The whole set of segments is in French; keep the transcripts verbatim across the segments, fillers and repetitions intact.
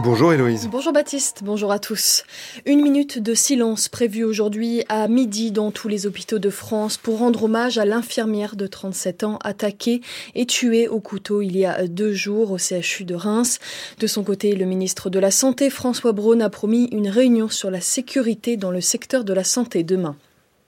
Bonjour Héloïse. Bonjour Baptiste, bonjour à tous. Une minute de silence prévue aujourd'hui à midi dans tous les hôpitaux de France pour rendre hommage à l'infirmière de trente-sept ans attaquée et tuée au couteau il y a deux jours au C H U de Reims. De son côté, le ministre de la Santé, François Braun, a promis une réunion sur la sécurité dans le secteur de la santé demain.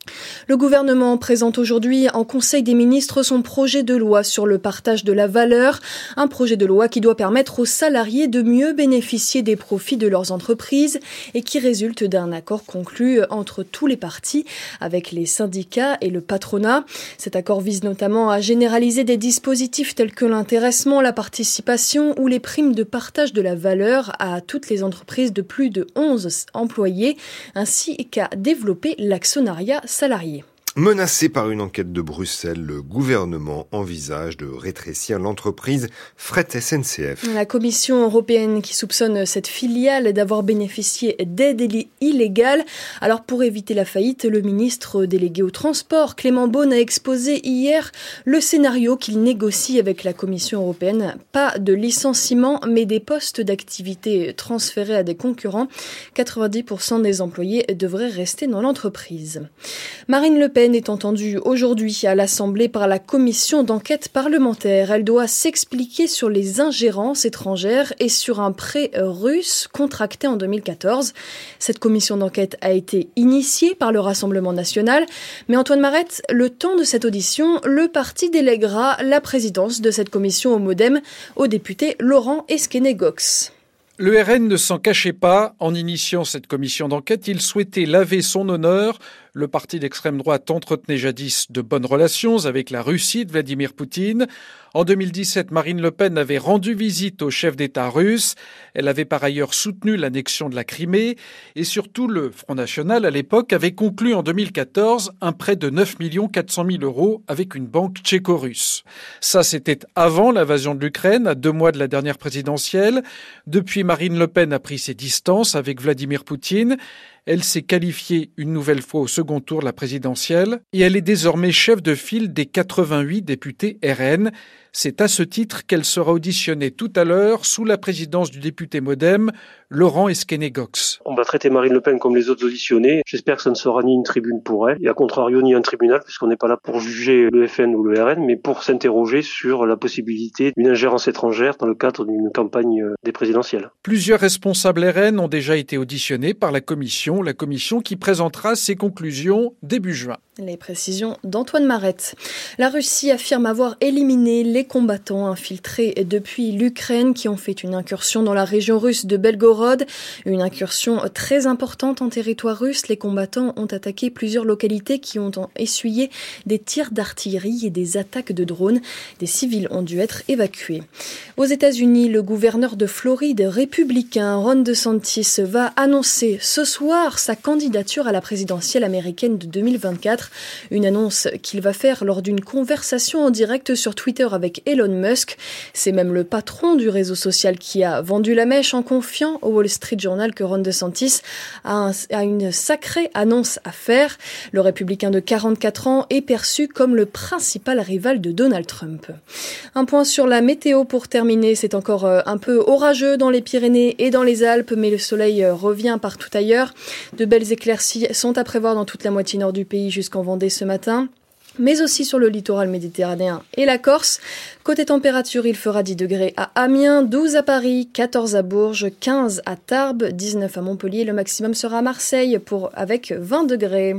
Le gouvernement présente aujourd'hui en Conseil des ministres son projet de loi sur le partage de la valeur, un projet de loi qui doit permettre aux salariés de mieux bénéficier des profits de leurs entreprises et qui résulte d'un accord conclu entre tous les partis avec les syndicats et le patronat. Cet accord vise notamment à généraliser des dispositifs tels que l'intéressement, la participation ou les primes de partage de la valeur à toutes les entreprises de plus de onze employés, ainsi qu'à développer l'actionnariat salariés. Menacé par une enquête de Bruxelles, le gouvernement envisage de rétrécir l'entreprise Fret S N C F. La Commission européenne qui soupçonne cette filiale d'avoir bénéficié d'aides illégales. Alors pour éviter la faillite, le ministre délégué au transport, Clément Beaune, a exposé hier le scénario qu'il négocie avec la Commission européenne. Pas de licenciement, mais des postes d'activité transférés à des concurrents. quatre-vingt-dix pour cent des employés devraient rester dans l'entreprise. Marine Le Pen est entendue aujourd'hui à l'Assemblée par la commission d'enquête parlementaire. Elle doit s'expliquer sur les ingérences étrangères et sur un prêt russe contracté en deux mille quatorze. Cette commission d'enquête a été initiée par le Rassemblement national. Mais Antoine Marette, le temps de cette audition, le parti délèguera la présidence de cette commission au MoDem au député Laurent Esquenet-Gox. Le R N ne s'en cachait pas. En initiant cette commission d'enquête, il souhaitait laver son honneur. Le parti d'extrême droite entretenait jadis de bonnes relations avec la Russie de Vladimir Poutine. En deux mille dix-sept, Marine Le Pen avait rendu visite au chef d'État russe. Elle avait par ailleurs soutenu l'annexion de la Crimée. Et surtout, le Front National, à l'époque, avait conclu en deux mille quatorze un prêt de neuf millions quatre cent mille euros avec une banque tchéco-russe. Ça, c'était avant l'invasion de l'Ukraine, à deux mois de la dernière présidentielle. Depuis, Marine Le Pen a pris ses distances avec Vladimir Poutine. Elle s'est qualifiée une nouvelle fois au second tour de la présidentielle et elle est désormais chef de file des quatre-vingt-huit députés R N. C'est à ce titre qu'elle sera auditionnée tout à l'heure sous la présidence du député MoDem, Laurent Esquenet-Gox. On va traiter Marine Le Pen comme les autres auditionnés. J'espère que ça ne sera ni une tribune pour elle, et à contrario ni un tribunal, puisqu'on n'est pas là pour juger le F N ou le R N, mais pour s'interroger sur la possibilité d'une ingérence étrangère dans le cadre d'une campagne des présidentielles. Plusieurs responsables R N ont déjà été auditionnés par la commission, la commission qui présentera ses conclusions début juin. Les précisions d'Antoine Marette. La Russie affirme avoir éliminé les combattants infiltrés depuis l'Ukraine qui ont fait une incursion dans la région russe de Belgorod. Une incursion très importante en territoire russe. Les combattants ont attaqué plusieurs localités qui ont essuyé des tirs d'artillerie et des attaques de drones. Des civils ont dû être évacués. Aux États-Unis, le gouverneur de Floride républicain Ron DeSantis va annoncer ce soir sa candidature à la présidentielle américaine de deux mille vingt-quatre. Une annonce qu'il va faire lors d'une conversation en direct sur Twitter avec Elon Musk. C'est même le patron du réseau social qui a vendu la mèche en confiant au Wall Street Journal que Ron DeSantis a, un, a une sacrée annonce à faire. Le républicain de quarante-quatre ans est perçu comme le principal rival de Donald Trump. Un point sur la météo pour terminer. C'est encore un peu orageux dans les Pyrénées et dans les Alpes, mais le soleil revient partout ailleurs. De belles éclaircies sont à prévoir dans toute la moitié nord du pays jusqu'en Vendée ce matin, mais aussi sur le littoral méditerranéen et la Corse. Côté température, il fera dix degrés à Amiens, douze à Paris, quatorze à Bourges, quinze à Tarbes, dix-neuf à Montpellier. Le maximum sera à Marseille pour, avec vingt degrés.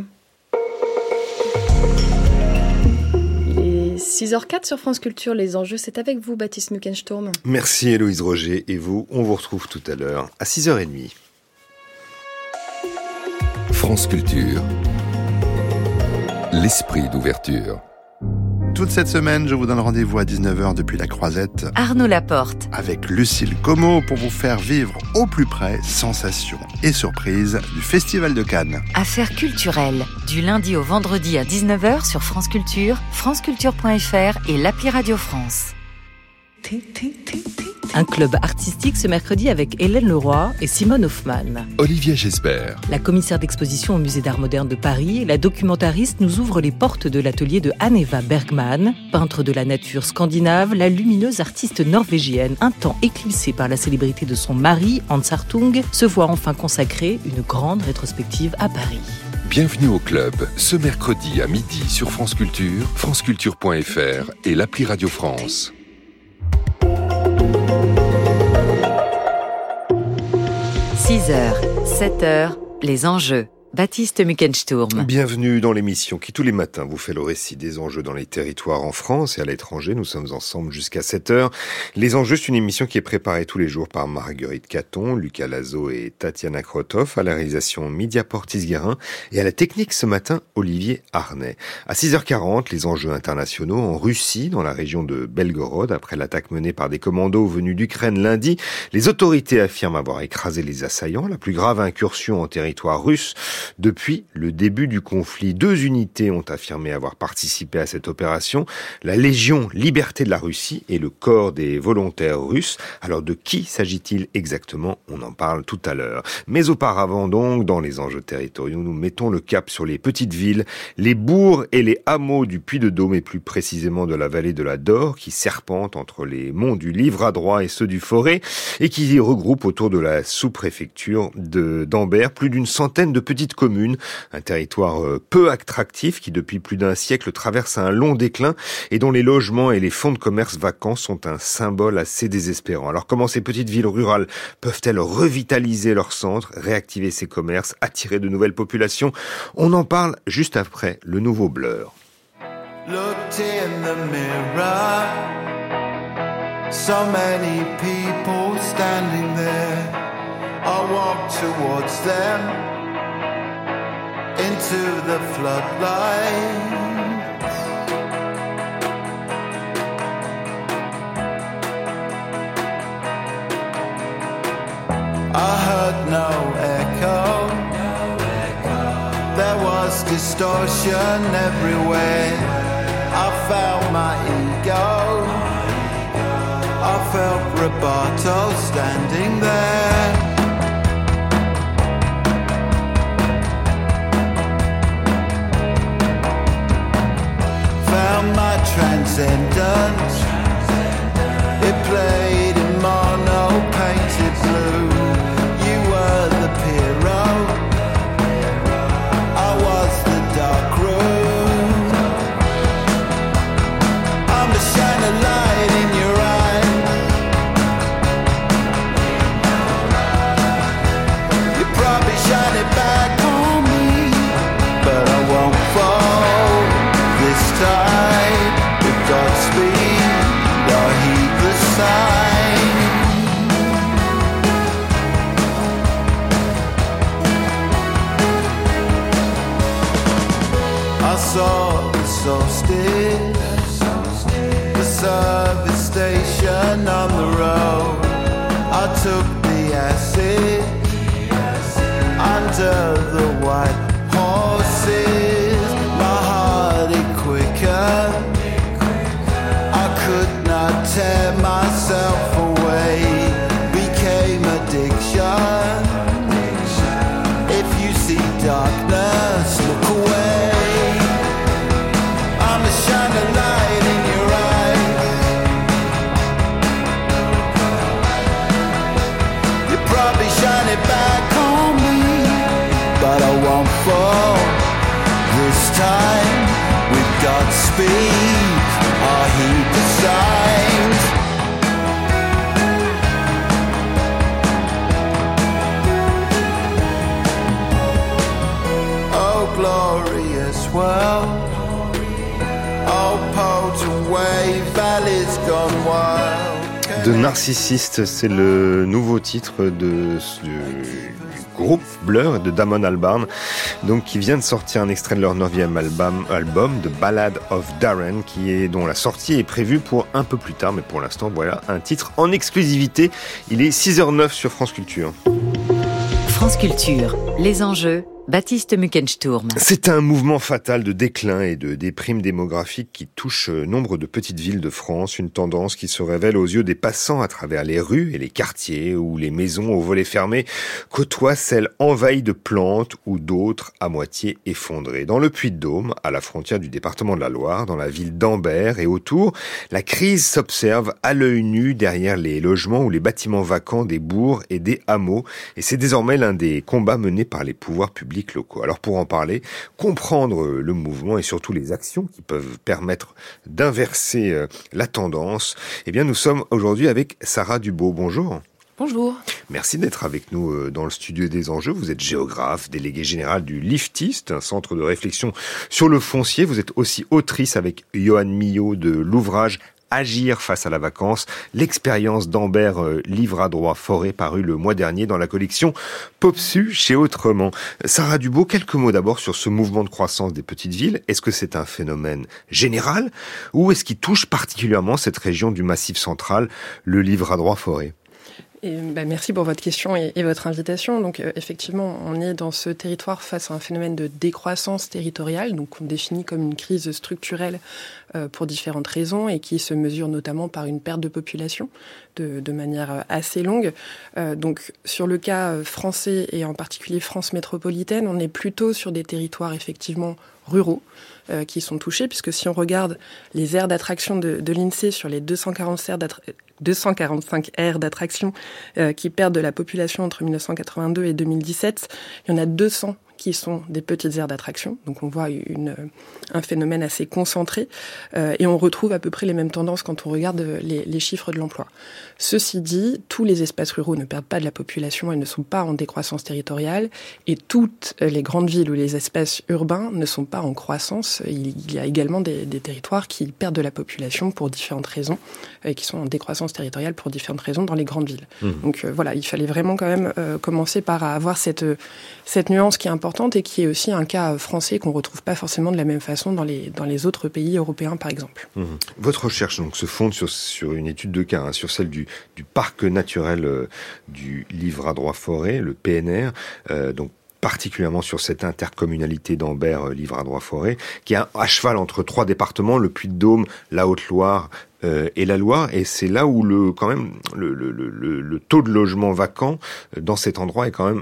Il est six heures zéro quatre sur France Culture. Les enjeux, c'est avec vous, Baptiste Muckensturm. Merci Héloïse Roger. Et vous, on vous retrouve tout à l'heure à six heures trente. France Culture. L'esprit d'ouverture. Toute cette semaine, je vous donne rendez-vous à dix-neuf heures depuis la Croisette. Arnaud Laporte. Avec Lucille Como pour vous faire vivre au plus près sensations et surprises du Festival de Cannes. Affaires culturelles. Du lundi au vendredi à dix-neuf heures sur France Culture, franceculture point f r et l'appli Radio France. T, T, T, T. Un club artistique ce mercredi avec Hélène Leroy et Simone Hoffmann. Olivier Gesbert. La commissaire d'exposition au Musée d'Art Moderne de Paris et la documentariste nous ouvre les portes de l'atelier de Anne-Eva Bergman. Peintre de la nature scandinave, la lumineuse artiste norvégienne, un temps éclipsée par la célébrité de son mari, Hans Hartung, se voit enfin consacrer une grande rétrospective à Paris. Bienvenue au club, ce mercredi à midi sur France Culture, franceculture point f r et l'appli Radio France. six heures, sept heures, les enjeux. Baptiste Muckensturm. Bienvenue dans l'émission qui tous les matins vous fait le récit des enjeux dans les territoires en France et à l'étranger. Nous sommes ensemble jusqu'à sept heures. Les enjeux, c'est une émission qui est préparée tous les jours par Marguerite Caton, Lucas Lazo et Tatiana Krotov, à la réalisation Midia Portis-Guérin et à la technique ce matin Olivier Arnay. À six heures quarante, les enjeux internationaux en Russie, dans la région de Belgorod, après l'attaque menée par des commandos venus d'Ukraine lundi. Les autorités affirment avoir écrasé les assaillants, la plus grave incursion en territoire russe depuis le début du conflit. Deux unités ont affirmé avoir participé à cette opération, la Légion Liberté de la Russie et le corps des volontaires russes. Alors de qui s'agit-il exactement? On en parle tout à l'heure. Mais auparavant donc, dans les enjeux territoriaux, nous mettons le cap sur les petites villes, les bourgs et les hameaux du Puy-de-Dôme et plus précisément de la vallée de la Dore qui serpentent entre les monts du Livradois et ceux du Forêt et qui regroupent autour de la sous-préfecture de d'Ambert plus d'une centaine de petites communes, un territoire peu attractif qui depuis plus d'un siècle traverse un long déclin et dont les logements et les fonds de commerce vacants sont un symbole assez désespérant. Alors comment ces petites villes rurales peuvent-elles revitaliser leur centre, réactiver ces commerces, attirer de nouvelles populations? On en parle juste après le nouveau Blur. Looked in the mirror, so many people standing there. I walked towards them into the floodlights. I heard no echo. There was distortion everywhere. I felt my ego. I felt Roberto standing there. Found my transcendence. It played in mono painted blue. You were the hero. I was the dark room. I'm the shining light in your eye. You probably shine it back on me, but I won't fall this time. With Godspeed, I'll heed the sign. I saw the solstice, the service station on the road. I took the acid under the white horses. My heart it quicker. I could not tear myself away. Became addiction. If you see darkness, look away. I'm a shining light in your eyes. You probably shine it back on me, but I won't fall this time. With Godspeed, I'll heed the signs. Oh, glorious world. Oh, potent wave, valleys gone wild. De Narcissiste, c'est le nouveau titre de, du groupe Blur et de Damon Albarn, donc qui vient de sortir un extrait de leur neuvième album, album The Ballad of Darren, qui est dont la sortie est prévue pour un peu plus tard, mais pour l'instant voilà un titre en exclusivité. Il est six heures zéro neuf sur France Culture. France Culture, les enjeux. Baptiste Muckensturm. C'est un mouvement fatal de déclin et de déprime démographique qui touche nombre de petites villes de France, une tendance qui se révèle aux yeux des passants à travers les rues et les quartiers où les maisons aux volets fermés côtoient celles envahies de plantes ou d'autres à moitié effondrées. Dans le Puy-de-Dôme, à la frontière du département de la Loire, dans la ville d'Ambert et autour, la crise s'observe à l'œil nu derrière les logements ou les bâtiments vacants des bourgs et des hameaux, et c'est désormais l'un des combats menés par les pouvoirs publics locaux. Alors pour en parler, comprendre le mouvement et surtout les actions qui peuvent permettre d'inverser la tendance, eh bien nous sommes aujourd'hui avec Sarah Dubo. Bonjour. Bonjour. Merci d'être avec nous dans le studio des enjeux. Vous êtes géographe, délégué général du Liftist, un centre de réflexion sur le foncier. Vous êtes aussi autrice avec Johan Millot de l'ouvrage Agir face à la vacance, l'expérience d'Ambert euh, livre à droit forêt paru le mois dernier dans la collection Popsu chez Autrement. Sarah Dubo, quelques mots d'abord sur ce mouvement de croissance des petites villes. Est-ce que c'est un phénomène général ou est-ce qu'il touche particulièrement cette région du Massif central, le livre à droit forêt ? Et bah, merci pour votre question et, et votre invitation. Donc euh, effectivement, on est dans ce territoire face à un phénomène de décroissance territoriale, donc on définit comme une crise structurelle euh, pour différentes raisons et qui se mesure notamment par une perte de population de, de manière assez longue. Euh, donc sur le cas français et en particulier France métropolitaine, on est plutôt sur des territoires effectivement ruraux euh, qui sont touchés, puisque si on regarde les aires d'attraction de, de l'INSEE sur les deux cent quarante-cinq aires d'attraction euh, qui perdent de la population entre dix-neuf cent quatre-vingt-deux et deux mille dix-sept, il y en a deux cents qui sont des petites aires d'attraction. Donc on voit une, un phénomène assez concentré euh, et on retrouve à peu près les mêmes tendances quand on regarde les, les chiffres de l'emploi. Ceci dit, tous les espaces ruraux ne perdent pas de la population et ne sont pas en décroissance territoriale, et toutes les grandes villes ou les espaces urbains ne sont pas en croissance. Il y a également des, des territoires qui perdent de la population pour différentes raisons et qui sont en décroissance territoriale pour différentes raisons dans les grandes villes. Mmh. Donc euh, voilà, il fallait vraiment quand même euh, commencer par avoir cette, cette nuance qui est importante et qui est aussi un cas français qu'on ne retrouve pas forcément de la même façon dans les, dans les autres pays européens, par exemple. Mmh. Votre recherche donc, se fonde sur, sur une étude de cas, hein, sur celle du, du parc naturel euh, du livre à droit forêt, le P N R, euh, donc particulièrement sur cette intercommunalité d'Ambert, euh, livre à droit forêt, qui est à cheval entre trois départements, le Puy-de-Dôme, la Haute-Loire euh, et la Loire, et c'est là où le, quand même, le, le, le, le taux de logement vacant euh, dans cet endroit est quand même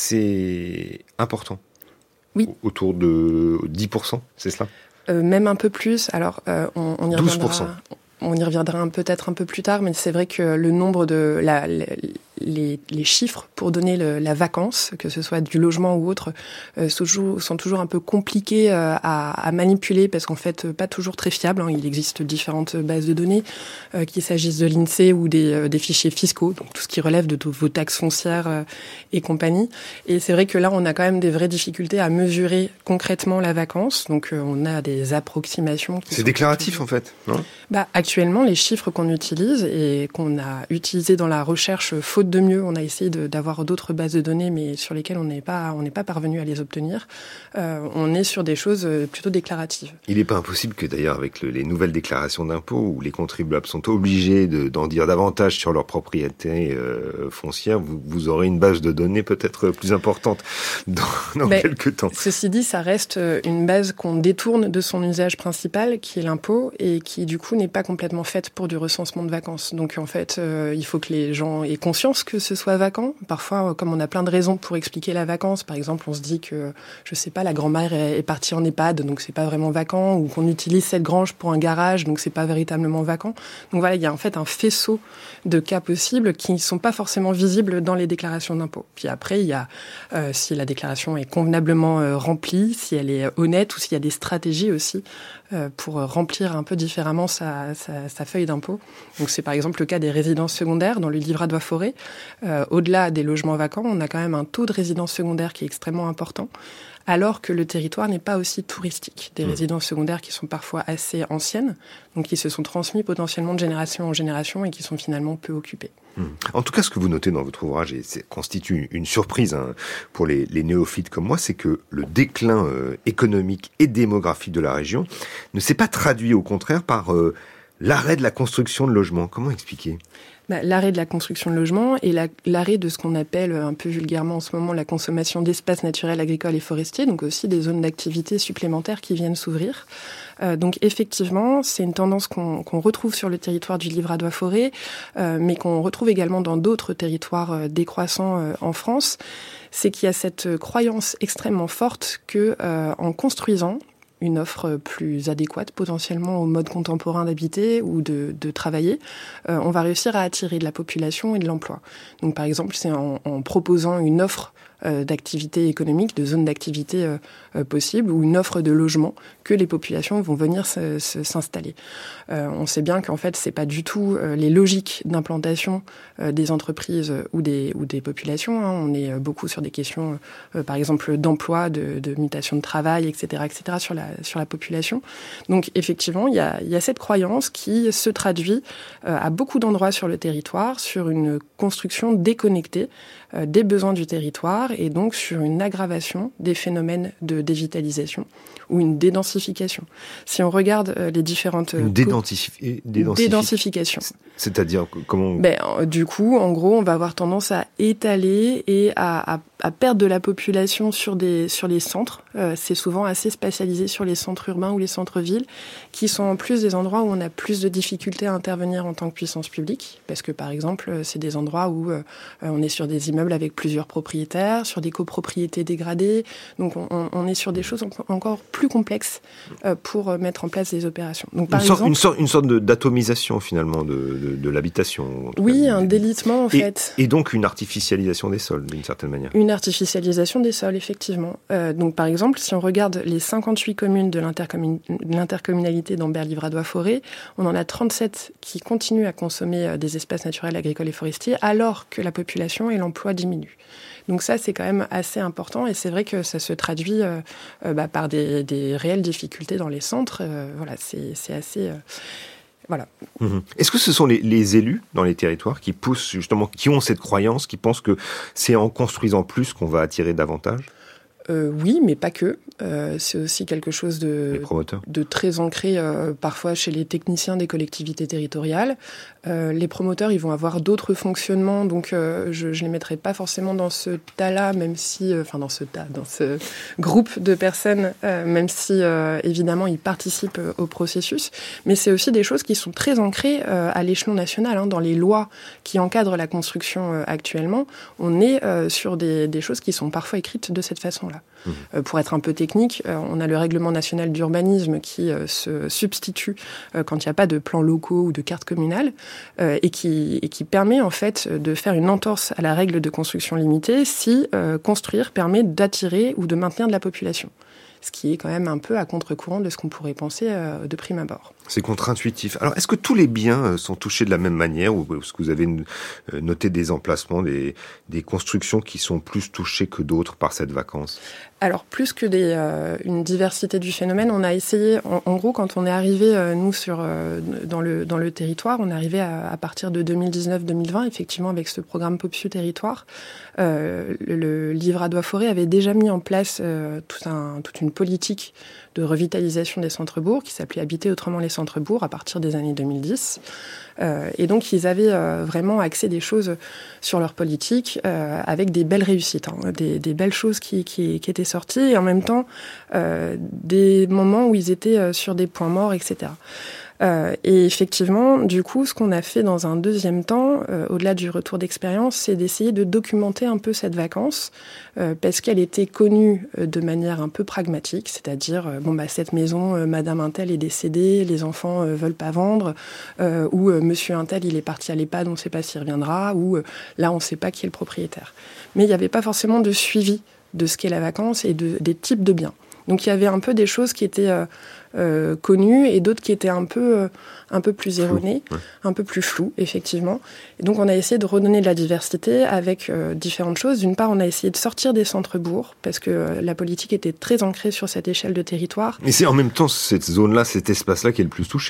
assez important. Oui. Autour de dix pour cent, c'est cela ? euh, Même un peu plus. Alors, euh, on, on y douze pour cent. reviendra. On y reviendra un, peut-être un peu plus tard, mais c'est vrai que le nombre de la, la, les, les chiffres pour donner le, la vacance, que ce soit du logement ou autre, euh, sont, toujours, sont toujours un peu compliqués euh, à, à manipuler parce qu'en fait, pas toujours très fiables. Hein. Il existe différentes bases de données, euh, qu'il s'agisse de l'INSEE ou des, euh, des fichiers fiscaux, donc tout ce qui relève de toutes vos taxes foncières euh, et compagnie. Et c'est vrai que là, on a quand même des vraies difficultés à mesurer concrètement la vacance. Donc, euh, on a des approximations. Qui c'est déclaratif plus... en fait, non ? Bah, actuellement, les chiffres qu'on utilise et qu'on a utilisés dans la recherche, faute de mieux, on a essayé de, d'avoir d'autres bases de données, mais sur lesquelles on n'est pas, on n'est pas parvenu à les obtenir. Euh, on est sur des choses plutôt déclaratives. Il n'est pas impossible que d'ailleurs, avec le, les nouvelles déclarations d'impôts, où les contribuables sont obligés de, d'en dire davantage sur leur propriété euh, foncière, vous, vous aurez une base de données peut-être plus importante dans, dans ben, quelques temps. Ceci dit, ça reste une base qu'on détourne de son usage principal, qui est l'impôt, et qui du coup n'est pas complètement faite pour du recensement de vacances. Donc en fait, euh, il faut que les gens aient conscience que ce soit vacant. Parfois, comme on a plein de raisons pour expliquer la vacance, par exemple, on se dit que, je sais pas, la grand-mère est, est partie en EHPAD, donc c'est pas vraiment vacant, ou qu'on utilise cette grange pour un garage, donc c'est pas véritablement vacant. Donc voilà, il y a en fait un faisceau de cas possibles qui ne sont pas forcément visibles dans les déclarations d'impôts. Puis après, il y a euh, si la déclaration est convenablement euh, remplie, si elle est honnête, ou s'il y a des stratégies aussi euh, pour remplir un peu différemment sa, sa, sa feuille d'impôt. Donc c'est par exemple le cas des résidences secondaires dans le livret à droit forêt. Euh, au-delà des logements vacants, on a quand même un taux de résidences secondaires qui est extrêmement important, alors que le territoire n'est pas aussi touristique. Des mmh. résidences secondaires qui sont parfois assez anciennes, donc qui se sont transmises potentiellement de génération en génération et qui sont finalement peu occupées. Mmh. En tout cas, ce que vous notez dans votre ouvrage, et ça constitue une surprise hein, pour les, les néophytes comme moi, c'est que le déclin euh, économique et démographique de la région ne s'est pas traduit, au contraire, par euh, L'arrêt de la construction de logements, comment expliquer ? Bah, l'arrêt de la construction de logements et la, l'arrêt de ce qu'on appelle un peu vulgairement en ce moment la consommation d'espaces naturels, agricoles et forestiers, donc aussi des zones d'activité supplémentaires qui viennent s'ouvrir. Euh, donc effectivement, c'est une tendance qu'on, qu'on retrouve sur le territoire du Livradois-Forêt, euh, mais qu'on retrouve également dans d'autres territoires euh, décroissants euh, en France. C'est qu'il y a cette croyance extrêmement forte que euh, en construisant une offre plus adéquate potentiellement au mode contemporain d'habiter ou de, de travailler, euh, on va réussir à attirer de la population et de l'emploi. Donc par exemple, c'est en, en proposant une offre euh, d'activité économique, de zones d'activité euh, euh, possibles, ou une offre de logement que les populations vont venir se, se, s'installer. Euh, on sait bien qu'en fait, c'est pas du tout euh, les logiques d'implantation euh, des entreprises ou des, ou des populations. Hein. On est beaucoup sur des questions, euh, par exemple, d'emploi, de, de mutation de travail, et cetera, et cetera, sur la sur la population. Donc effectivement, il y a, il y a cette croyance qui se traduit euh, à beaucoup d'endroits sur le territoire sur une construction déconnectée euh, des besoins du territoire et donc sur une aggravation des phénomènes de dévitalisation ou une dédensification. Si on regarde euh, les différentes... Une dédensifi- dédensifi- dédensification. C'est-à-dire comment... Ben, du coup, en gros, on va avoir tendance à étaler et à, à, à perdre de la population sur, des, sur les centres. Euh, c'est souvent assez spatialisé sur les centres urbains ou les centres-villes, qui sont en plus des endroits où on a plus de difficultés à intervenir en tant que puissance publique, parce que, par exemple, c'est des endroits où euh, on est sur des immeubles avec plusieurs propriétaires, sur des copropriétés dégradées, donc on, on est sur des choses encore plus complexes euh, pour mettre en place des opérations. Donc, par une, sorte, exemple, une, sorte, une sorte de, d'atomisation, finalement, de, de, de l'habitation. Oui, cas, un délitement, en et, fait. Et donc une artificialisation des sols, d'une certaine manière. Une artificialisation des sols, effectivement. Euh, donc, par exemple, si on regarde les cinquante-huit communes de l'intercommun... l'intercommunalité d'Ambert-Livradois-Forêt, on en a trente-sept qui continuent à consommer des espaces naturels, agricoles et forestiers, alors que la population et l'emploi diminuent. Donc ça, c'est quand même assez important, et c'est vrai que ça se traduit euh, euh, bah, par des, des réelles difficultés dans les centres. Euh, voilà, c'est, c'est assez... Euh, Voilà. Mmh. Est-ce que ce sont les, les élus dans les territoires qui poussent justement, qui ont cette croyance, qui pensent que c'est en construisant plus qu'on va attirer davantage ? Euh, oui, mais pas que. Euh, c'est aussi quelque chose de, de très ancré euh, parfois chez les techniciens des collectivités territoriales. Euh, les promoteurs, ils vont avoir d'autres fonctionnements, donc euh, je ne les mettrai pas forcément dans ce tas-là, même si, enfin euh, dans ce tas, dans ce groupe de personnes, euh, même si euh, évidemment ils participent euh, au processus. Mais c'est aussi des choses qui sont très ancrées euh, à l'échelon national, hein, dans les lois qui encadrent la construction euh, actuellement. On est euh, sur des, des choses qui sont parfois écrites de cette façon-là. Mmh. Euh, pour être un peu technique, euh, on a le règlement national d'urbanisme qui euh, se substitue euh, quand il n'y a pas de plans locaux ou de carte communale euh, et, qui, et qui permet en fait de faire une entorse à la règle de construction limitée si euh, construire permet d'attirer ou de maintenir de la population. Ce qui est quand même un peu à contre-courant de ce qu'on pourrait penser euh, de prime abord. C'est contre-intuitif. Alors, est-ce que tous les biens sont touchés de la même manière, ou est-ce que vous avez noté des emplacements, des, des constructions qui sont plus touchées que d'autres par cette vacance ? Alors, plus que des, euh, une diversité du phénomène, on a essayé, en, en gros, quand on est arrivé, euh, nous, sur, euh, dans, le, dans le territoire, on est arrivé à, à partir de deux mille dix-neuf deux mille vingt, effectivement, avec ce programme POPSU Territoire. Euh, le, le Livradois-Forêt avait déjà mis en place euh, tout un, toute une politique de revitalisation des centres-bourgs qui s'appelait Habiter autrement les centres-bourgs à partir des années deux mille dix. Euh, et donc, ils avaient euh, vraiment axé des choses sur leur politique euh, avec des belles réussites, hein, des, des belles choses qui, qui, qui étaient sorties et en même temps euh, des moments où ils étaient euh, sur des points morts, et cetera. Euh, et effectivement, du coup, ce qu'on a fait dans un deuxième temps, euh, au-delà du retour d'expérience, c'est d'essayer de documenter un peu cette vacance, euh, parce qu'elle était connue euh, de manière un peu pragmatique, c'est-à-dire, euh, bon bah cette maison, euh, Madame Untel est décédée, les enfants euh, veulent pas vendre, euh, ou euh, Monsieur Untel il est parti à l'EHPAD, on ne sait pas s'il reviendra, ou euh, là on ne sait pas qui est le propriétaire. Mais il n'y avait pas forcément de suivi de ce qu'est la vacance et de, des types de biens. Donc il y avait un peu des choses qui étaient euh, euh, connues et d'autres qui étaient un peu, euh, un peu plus erronées, ouais. un peu plus floues, effectivement. Et donc on a essayé de redonner de la diversité avec euh, différentes choses. D'une part, on a essayé de sortir des centres-bourgs parce que euh, la politique était très ancrée sur cette échelle de territoire. Mais c'est en même temps cette zone-là, cet espace-là qui est le plus touché.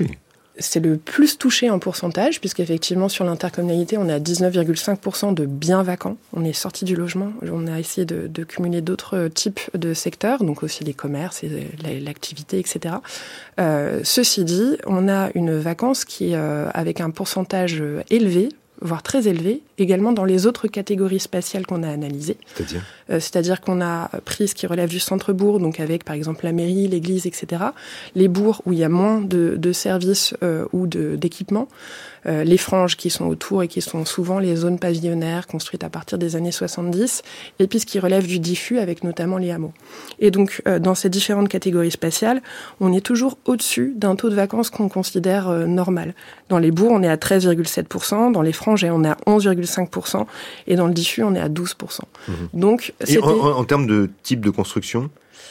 c'est le plus touché en pourcentage, puisqu'effectivement, sur l'intercommunalité, on est à dix-neuf virgule cinq pour cent de biens vacants. On est sorti du logement. On a essayé de, de cumuler d'autres types de secteurs, donc aussi les commerces, et l'activité, et cetera. Euh, ceci dit, on a une vacance qui est euh, avec un pourcentage élevé, voire très élevé, également dans les autres catégories spatiales qu'on a analysées. C'est-à-dire euh, C'est-à-dire qu'on a pris ce qui relève du centre-bourg, donc avec par exemple la mairie, l'église, et cetera. Les bourgs où il y a moins de, de services euh, ou de, d'équipements. Euh, les franges qui sont autour et qui sont souvent les zones pavillonnaires construites à partir des années soixante-dix, et puis ce qui relève du diffus avec notamment les hameaux. Et donc, euh, dans ces différentes catégories spatiales, on est toujours au-dessus d'un taux de vacances qu'on considère euh, normal. Dans les bourgs, on est à treize virgule sept pour cent, dans les franges, on est à onze virgule cinq pour cent, et dans le diffus, on est à douze pour cent. Mmh. Donc, et en, en, en termes de type de construction,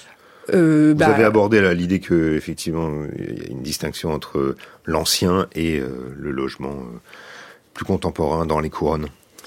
Euh, Vous bah, avez abordé là, l'idée que effectivement il y a une distinction entre l'ancien et euh, le logement euh, plus contemporain dans les couronnes.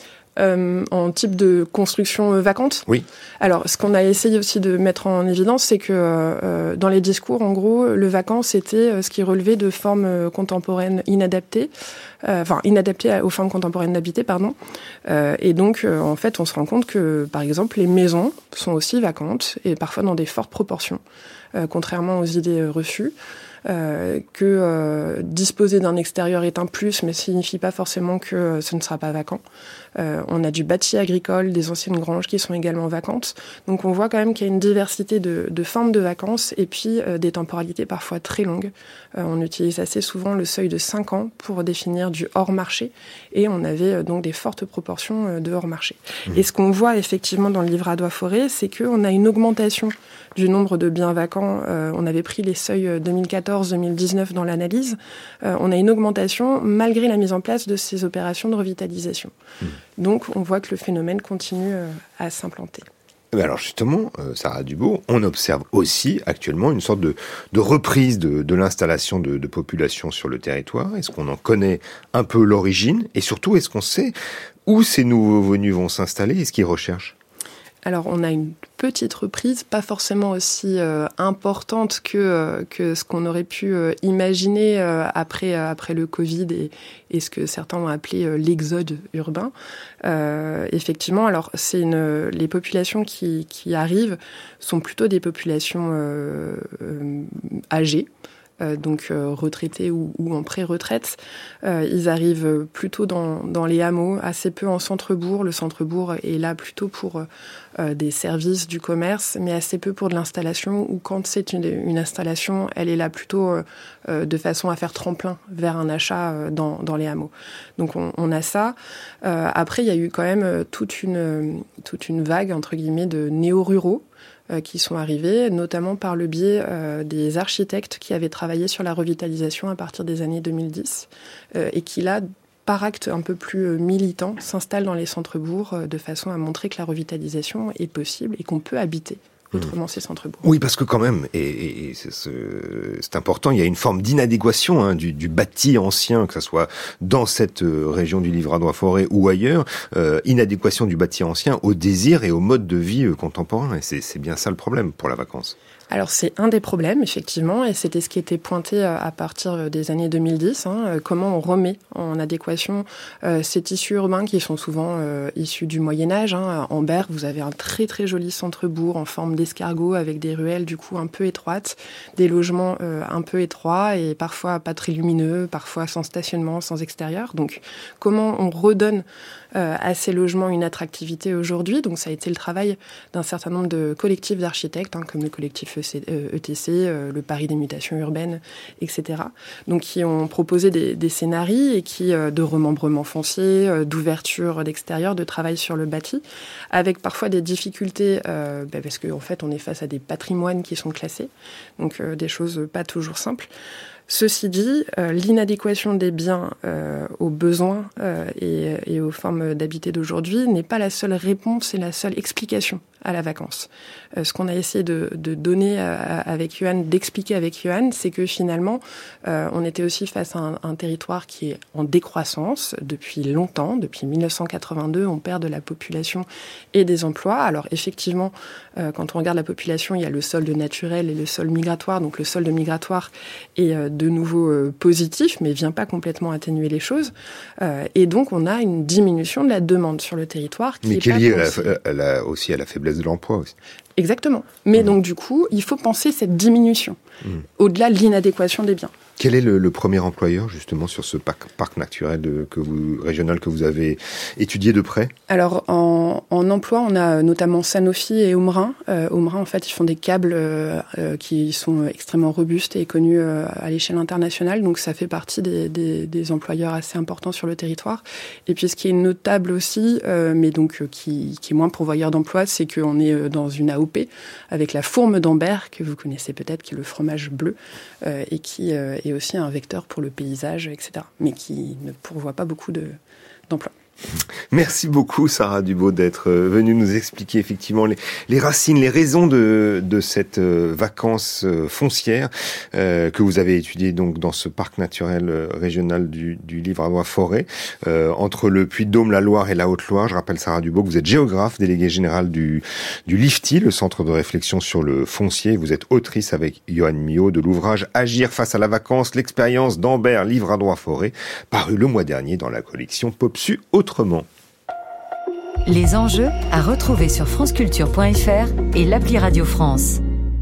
Euh, en type de construction vacante. Oui. Alors, ce qu'on a essayé aussi de mettre en évidence, c'est que euh, dans les discours, en gros, le vacant, c'était ce qui relevait de formes contemporaines inadaptées, euh, enfin inadaptées aux formes contemporaines d'habiter, pardon. Euh, et donc, euh, en fait, on se rend compte que, par exemple, les maisons sont aussi vacantes et parfois dans des fortes proportions, euh, contrairement aux idées reçues. Euh, que euh, disposer d'un extérieur est un plus, mais signifie pas forcément que euh, ce ne sera pas vacant. Euh, on a du bâti agricole, des anciennes granges qui sont également vacantes. Donc on voit quand même qu'il y a une diversité de, de formes de vacances et puis euh, des temporalités parfois très longues. Euh, on utilise assez souvent le seuil de cinq ans pour définir du hors-marché et on avait euh, donc des fortes proportions euh, de hors-marché. Mmh. Et ce qu'on voit effectivement dans le livre Adois-Forêt, c'est qu'on a une augmentation du nombre de biens vacants. Euh, on avait pris les seuils deux mille quatorze deux mille dix-neuf dans l'analyse. Euh, on a une augmentation malgré la mise en place de ces opérations de revitalisation. Mmh. Donc, on voit que le phénomène continue euh, à s'implanter. Alors justement, euh, Sarah Dubourg, on observe aussi actuellement une sorte de, de reprise de, de l'installation de, de population sur le territoire. Est-ce qu'on en connaît un peu l'origine ? Et surtout, est-ce qu'on sait où ces nouveaux venus vont s'installer et ce qu'ils recherchent ? Alors, on a une petite reprise, pas forcément aussi euh, importante que, euh, que ce qu'on aurait pu euh, imaginer euh, après, euh, après le Covid et, et ce que certains ont appelé euh, l'exode urbain. Euh, effectivement, alors, c'est une, les populations qui, qui arrivent sont plutôt des populations euh, euh, âgées. Euh, donc euh, retraités ou, ou en pré-retraite. Euh, ils arrivent plutôt dans, dans les hameaux, assez peu en centre-bourg. Le centre-bourg est là plutôt pour euh, des services du commerce, mais assez peu pour de l'installation, ou quand c'est une, une installation, elle est là plutôt euh, de façon à faire tremplin vers un achat euh, dans, dans les hameaux. Donc on, on a ça. Euh, après, il y a eu quand même toute une, toute une vague, entre guillemets, de néo-ruraux, qui sont arrivés, notamment par le biais euh, des architectes qui avaient travaillé sur la revitalisation à partir des années deux mille dix euh, et qui, là, par acte un peu plus euh, militant, s'installent dans les centres-bourgs euh, de façon à montrer que la revitalisation est possible et qu'on peut habiter. Autrement, ces centres-bourgs. Oui, parce que quand même, et, et, et c'est, c'est important, il y a une forme d'inadéquation hein, du, du bâti ancien, que ce soit dans cette euh, région du livre Adois-Forêt ou ailleurs, euh, inadéquation du bâti ancien au désir et au mode de vie euh, contemporain. Et c'est, c'est bien ça le problème pour la vacance. Alors c'est un des problèmes, effectivement, et c'était ce qui était pointé à partir des années deux mille dix, hein, comment on remet en adéquation euh, ces tissus urbains qui sont souvent euh, issus du Moyen-Âge. Hein. En Berre, vous avez un très très joli centre-bourg en forme d'escargot avec des ruelles du coup un peu étroites, des logements euh, un peu étroits et parfois pas très lumineux, parfois sans stationnement, sans extérieur. Donc comment on redonne euh, à ces logements une attractivité aujourd'hui? Donc ça a été le travail d'un certain nombre de collectifs d'architectes, hein, comme le collectif E T C, le Paris des mutations urbaines, et cetera. Donc, qui ont proposé des, des scénarios et qui, de remembrement foncier, d'ouverture d'extérieur, de travail sur le bâti, avec parfois des difficultés, euh, bah parce qu'en fait, on est face à des patrimoines qui sont classés, donc euh, des choses pas toujours simples. Ceci dit, euh, l'inadéquation des biens euh, aux besoins euh, et, et aux formes d'habiter d'aujourd'hui n'est pas la seule réponse et la seule explication à la vacance. Euh, ce qu'on a essayé de, de donner à, avec Yoann, d'expliquer avec Yoann, c'est que finalement, euh, on était aussi face à un, un territoire qui est en décroissance depuis longtemps. Depuis mille neuf cent quatre-vingt-deux, on perd de la population et des emplois. Alors effectivement, euh, quand on regarde la population, il y a le solde naturel et le solde migratoire. Donc le solde migratoire est euh, de de nouveau euh, positif, mais vient pas complètement atténuer les choses. Euh, et donc, on a une diminution de la demande sur le territoire. Qui mais est qui est pas liée à la, à la, aussi à la faiblesse de l'emploi aussi. Exactement. Mais mmh. donc, du coup, il faut penser cette diminution, mmh. au-delà de l'inadéquation des biens. Quel est le, le premier employeur, justement, sur ce parc, parc naturel de, que vous, régional que vous avez étudié de près ? Alors, en, en emploi, on a notamment Sanofi et Omrin. Euh, Omrin, en fait, ils font des câbles euh, euh, qui sont extrêmement robustes et connus euh, à l'échelle internationale. Donc, ça fait partie des, des, des employeurs assez importants sur le territoire. Et puis, ce qui est notable aussi, euh, mais donc euh, qui, qui est moins pourvoyeur d'emploi, c'est qu'on est euh, dans une A O P avec la fourme d'Ambert, que vous connaissez peut-être, qui est le fromage bleu, euh, et qui euh, est aussi un vecteur pour le paysage, et cetera, mais qui ne pourvoit pas beaucoup de, d'emplois. Merci beaucoup Sarah Dubaud d'être venue nous expliquer effectivement les, les racines, les raisons de, de cette euh, vacance euh, foncière euh, que vous avez étudiée donc dans ce parc naturel euh, régional du, du Livradois-Forêt euh, entre le Puy-de-Dôme, la Loire et la Haute-Loire. Je rappelle Sarah Dubaud que vous êtes géographe, déléguée générale du, du LIFTI, le centre de réflexion sur le foncier. Vous êtes autrice avec Johan Millot de l'ouvrage Agir face à la vacance, l'expérience d'Ambert Livradois-Forêt, paru le mois dernier dans la collection Popsu Autrement. Les enjeux à retrouver sur franceculture point f r et l'appli Radio France.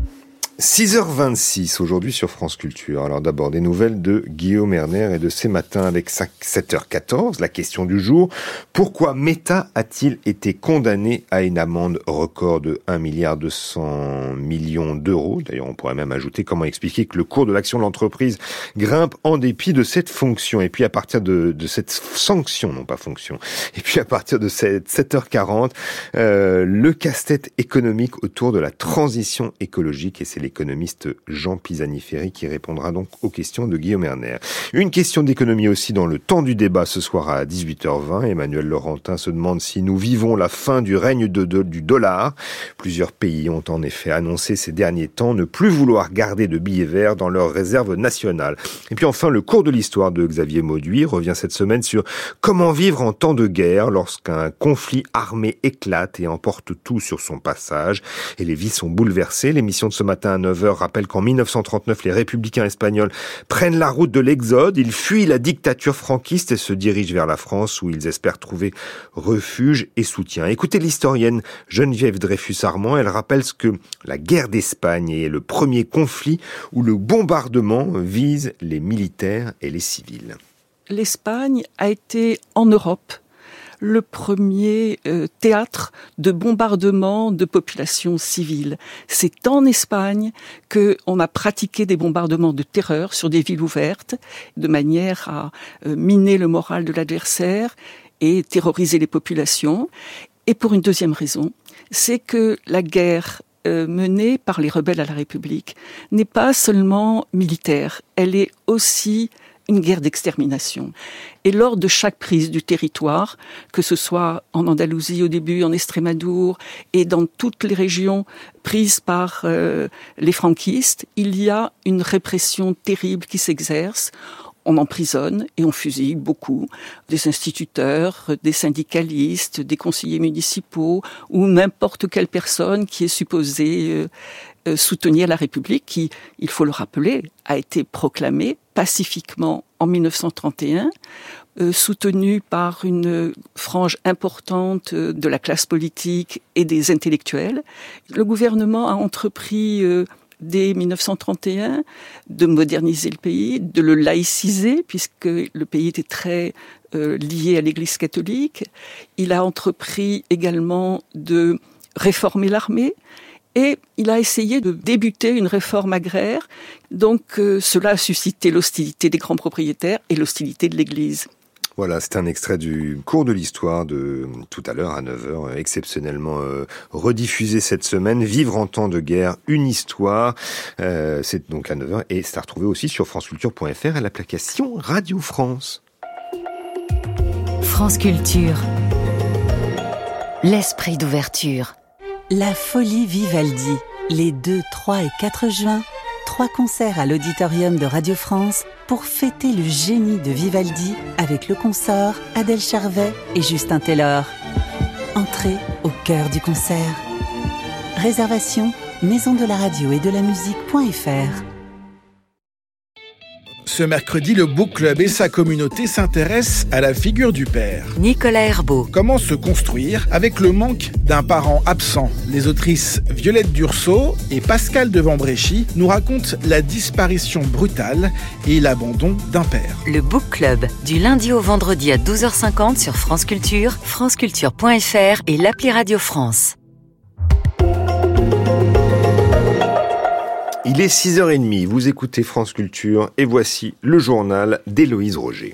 six heures vingt-six aujourd'hui sur France Culture. Alors d'abord des nouvelles de Guillaume Erner et de ces matins avec sept heures quatorze, la question du jour. Pourquoi Meta a-t-il été condamné à une amende record de un milliard deux cents millions d'euros? D'ailleurs, on pourrait même ajouter comment expliquer que le cours de l'action de l'entreprise grimpe en dépit de cette fonction. Et puis à partir de, de cette sanction, non pas fonction, et puis à partir de cette sept heures quarante, euh, le casse-tête économique autour de la transition écologique, et c'est les l'économiste Jean Pisani-Ferry qui répondra donc aux questions de Guillaume Erner. Une question d'économie aussi dans le temps du débat ce soir à dix-huit heures vingt. Emmanuel Laurentin se demande si nous vivons la fin du règne de, de, du dollar. Plusieurs pays ont en effet annoncé ces derniers temps ne plus vouloir garder de billets verts dans leurs réserves nationales. Et puis enfin, le cours de l'histoire de Xavier Mauduit revient cette semaine sur comment vivre en temps de guerre lorsqu'un conflit armé éclate et emporte tout sur son passage et les vies sont bouleversées. L'émission de ce matin à neuf heures rappelle qu'en mille neuf cent trente-neuf, les républicains espagnols prennent la route de l'exode, ils fuient la dictature franquiste et se dirigent vers la France où ils espèrent trouver refuge et soutien. Écoutez l'historienne Geneviève Dreyfus-Armand, elle rappelle ce que la guerre d'Espagne est le premier conflit où le bombardement vise les militaires et les civils. L'Espagne a été en Europe le premier euh, théâtre de bombardement de populations civiles. C'est en Espagne que on a pratiqué des bombardements de terreur sur des villes ouvertes, de manière à euh, miner le moral de l'adversaire et terroriser les populations. Et pour une deuxième raison, c'est que la guerre euh, menée par les rebelles à la République n'est pas seulement militaire, elle est aussi une guerre d'extermination. Et lors de chaque prise du territoire, que ce soit en Andalousie au début, en Estrémadour et dans toutes les régions prises par euh, les franquistes, il y a une répression terrible qui s'exerce. On emprisonne et on fusille beaucoup des instituteurs, des syndicalistes, des conseillers municipaux ou n'importe quelle personne qui est supposée euh, soutenir la République qui, il faut le rappeler, a été proclamée pacifiquement en mille neuf cent trente et un, euh, soutenue par une frange importante de la classe politique et des intellectuels. Le gouvernement a entrepris euh, dès mille neuf cent trente et un, de moderniser le pays, de le laïciser, puisque le pays était très euh, lié à l'Église catholique. Il a entrepris également de réformer l'armée, et il a essayé de débuter une réforme agraire. Donc euh, cela a suscité l'hostilité des grands propriétaires et l'hostilité de l'Église. Voilà, c'est un extrait du cours de l'histoire de tout à l'heure à neuf heures, exceptionnellement euh, rediffusé cette semaine. Vivre en temps de guerre, une histoire. Euh, c'est donc à neuf heures et c'est à retrouver aussi sur franceculture point f r et l'application Radio France. France Culture. L'esprit d'ouverture. La folie Vivaldi, les deux, trois et quatre juin, trois concerts à l'auditorium de Radio France pour fêter le génie de Vivaldi avec le consort, Adèle Charvet et Justin Taylor. Entrez au cœur du concert. Réservation maison de la radio et de la musique point f r. Ce mercredi, le Book Club et sa communauté s'intéressent à la figure du père. Nicolas Herbeau. Comment se construire avec le manque d'un parent absent? Les autrices Violette Dursault et Pascal Devant-Bréchy nous racontent la disparition brutale et l'abandon d'un père. Le Book Club, du lundi au vendredi à douze heures cinquante sur France Culture, franceculture point f r et l'appli Radio France. Il est six heures trente, vous écoutez France Culture et voici le journal d'Héloïse Roger.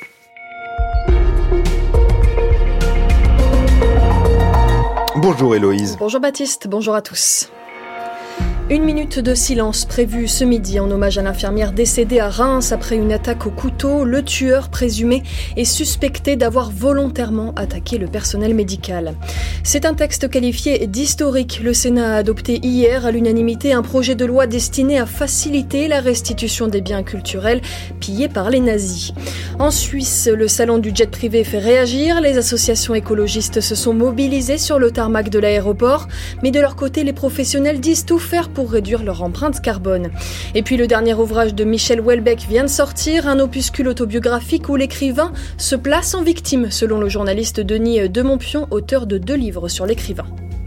Bonjour Héloïse. Bonjour Baptiste, bonjour à tous. Une minute de silence prévue ce midi en hommage à l'infirmière décédée à Reims après une attaque au couteau. Le tueur présumé est suspecté d'avoir volontairement attaqué le personnel médical. C'est un texte qualifié d'historique. Le Sénat a adopté hier à l'unanimité un projet de loi destiné à faciliter la restitution des biens culturels pillés par les nazis. En Suisse, le salon du jet privé fait réagir. Les associations écologistes se sont mobilisées sur le tarmac de l'aéroport. Mais de leur côté, les professionnels disent tout faire pour réduire leur empreinte carbone. Et puis le dernier ouvrage de Michel Houellebecq vient de sortir, un opuscule autobiographique où l'écrivain se place en victime, selon le journaliste Denis Demontpion, auteur de deux livres sur l'écrivain.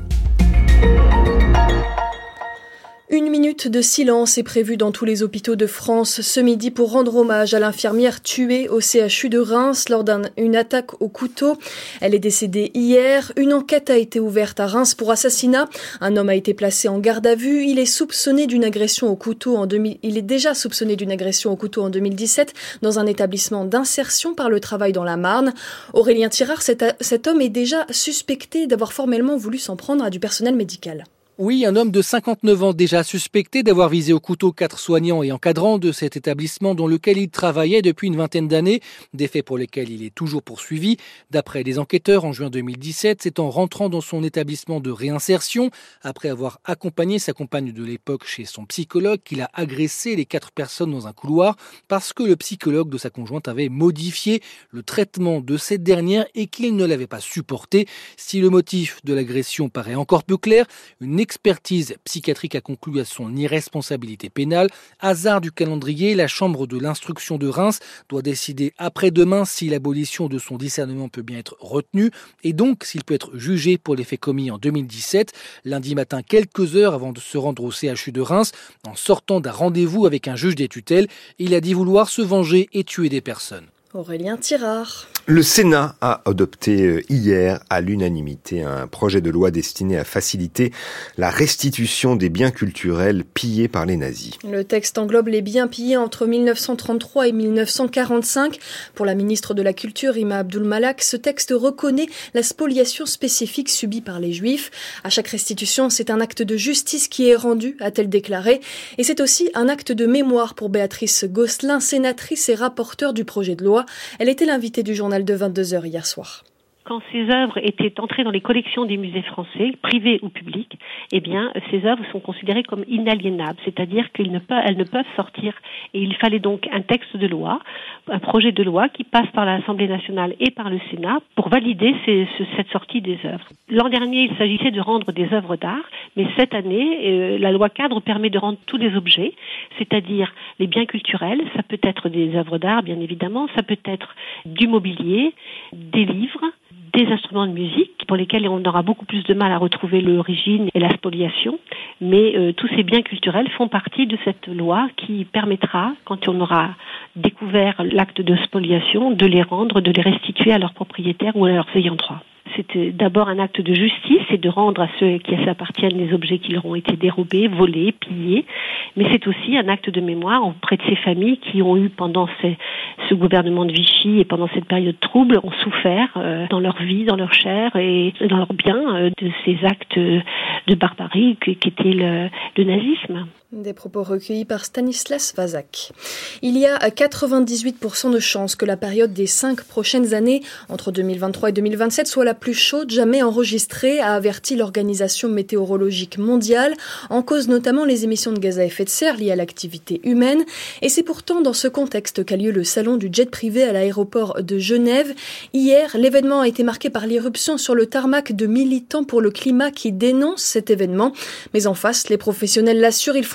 Une minute de silence est prévue dans tous les hôpitaux de France ce midi pour rendre hommage à l'infirmière tuée au C H U de Reims lors d'une attaque au couteau. Elle est décédée hier. Une enquête a été ouverte à Reims pour assassinat. Un homme a été placé en garde à vue. Il est soupçonné d'une agression au couteau en deux mille... Il est déjà soupçonné d'une agression au couteau en deux mille dix-sept dans un établissement d'insertion par le travail dans la Marne. Aurélien Tirard, cet, a... cet homme est déjà suspecté d'avoir formellement voulu s'en prendre à du personnel médical. Oui, un homme de cinquante-neuf ans déjà suspecté d'avoir visé au couteau quatre soignants et encadrants de cet établissement dans lequel il travaillait depuis une vingtaine d'années, des faits pour lesquels il est toujours poursuivi. D'après les enquêteurs, en juin deux mille dix-sept, c'est en rentrant dans son établissement de réinsertion, après avoir accompagné sa compagne de l'époque chez son psychologue, qu'il a agressé les quatre personnes dans un couloir parce que le psychologue de sa conjointe avait modifié le traitement de cette dernière et qu'il ne l'avait pas supporté. Si le motif de l'agression paraît encore peu clair, une L'expertise psychiatrique a conclu à son irresponsabilité pénale. Hasard du calendrier, la chambre de l'instruction de Reims doit décider après-demain si l'abolition de son discernement peut bien être retenue et donc s'il peut être jugé pour les faits commis en deux mille dix-sept. Lundi matin, quelques heures avant de se rendre au C H U de Reims, en sortant d'un rendez-vous avec un juge des tutelles, il a dit vouloir se venger et tuer des personnes. Aurélien Tirard. Le Sénat a adopté hier à l'unanimité un projet de loi destiné à faciliter la restitution des biens culturels pillés par les nazis. Le texte englobe les biens pillés entre mille neuf cent trente-trois et mille neuf cent quarante-cinq. Pour la ministre de la Culture, Rima Abdul-Malak, ce texte reconnaît la spoliation spécifique subie par les Juifs. À chaque restitution, c'est un acte de justice qui est rendu, a-t-elle déclaré. Et c'est aussi un acte de mémoire pour Béatrice Gosselin, sénatrice et rapporteure du projet de loi. Elle était l'invitée du journal de vingt-deux heures hier soir. Quand ces œuvres étaient entrées dans les collections des musées français, privés ou publics, eh bien, ces œuvres sont considérées comme inaliénables, c'est-à-dire qu'elles ne peuvent, elles ne peuvent sortir. Et il fallait donc un texte de loi, un projet de loi qui passe par l'Assemblée nationale et par le Sénat pour valider ces, ce, cette sortie des œuvres. L'an dernier, il s'agissait de rendre des œuvres d'art, mais cette année, euh, la loi cadre permet de rendre tous les objets, c'est-à-dire les biens culturels, ça peut être des œuvres d'art, bien évidemment, ça peut être du mobilier, des livres, des instruments de musique pour lesquels on aura beaucoup plus de mal à retrouver l'origine et la spoliation, mais euh, tous ces biens culturels font partie de cette loi qui permettra, quand on aura découvert l'acte de spoliation, de les rendre, de les restituer à leurs propriétaires ou à leurs ayants droit. C'est d'abord un acte de justice et de rendre à ceux qui s'appartiennent les objets qui leur ont été dérobés, volés, pillés. Mais c'est aussi un acte de mémoire auprès de ces familles qui ont eu, pendant ces, ce gouvernement de Vichy et pendant cette période trouble, ont souffert euh, dans leur vie, dans leur chair et dans leurs biens euh, de ces actes de barbarie qu'était le, le nazisme. Des propos recueillis par Stanislas Vazak. Il y a quatre-vingt-dix-huit pour cent de chances que la période des cinq prochaines années, entre deux mille vingt-trois et deux mille vingt-sept, soit la plus chaude jamais enregistrée, a averti l'Organisation météorologique mondiale, en cause notamment les émissions de gaz à effet de serre liées à l'activité humaine. Et c'est pourtant dans ce contexte qu'a lieu le salon du jet privé à l'aéroport de Genève. Hier, l'événement a été marqué par l'irruption sur le tarmac de militants pour le climat qui dénoncent cet événement. Mais en face, les professionnels l'assurent, ils font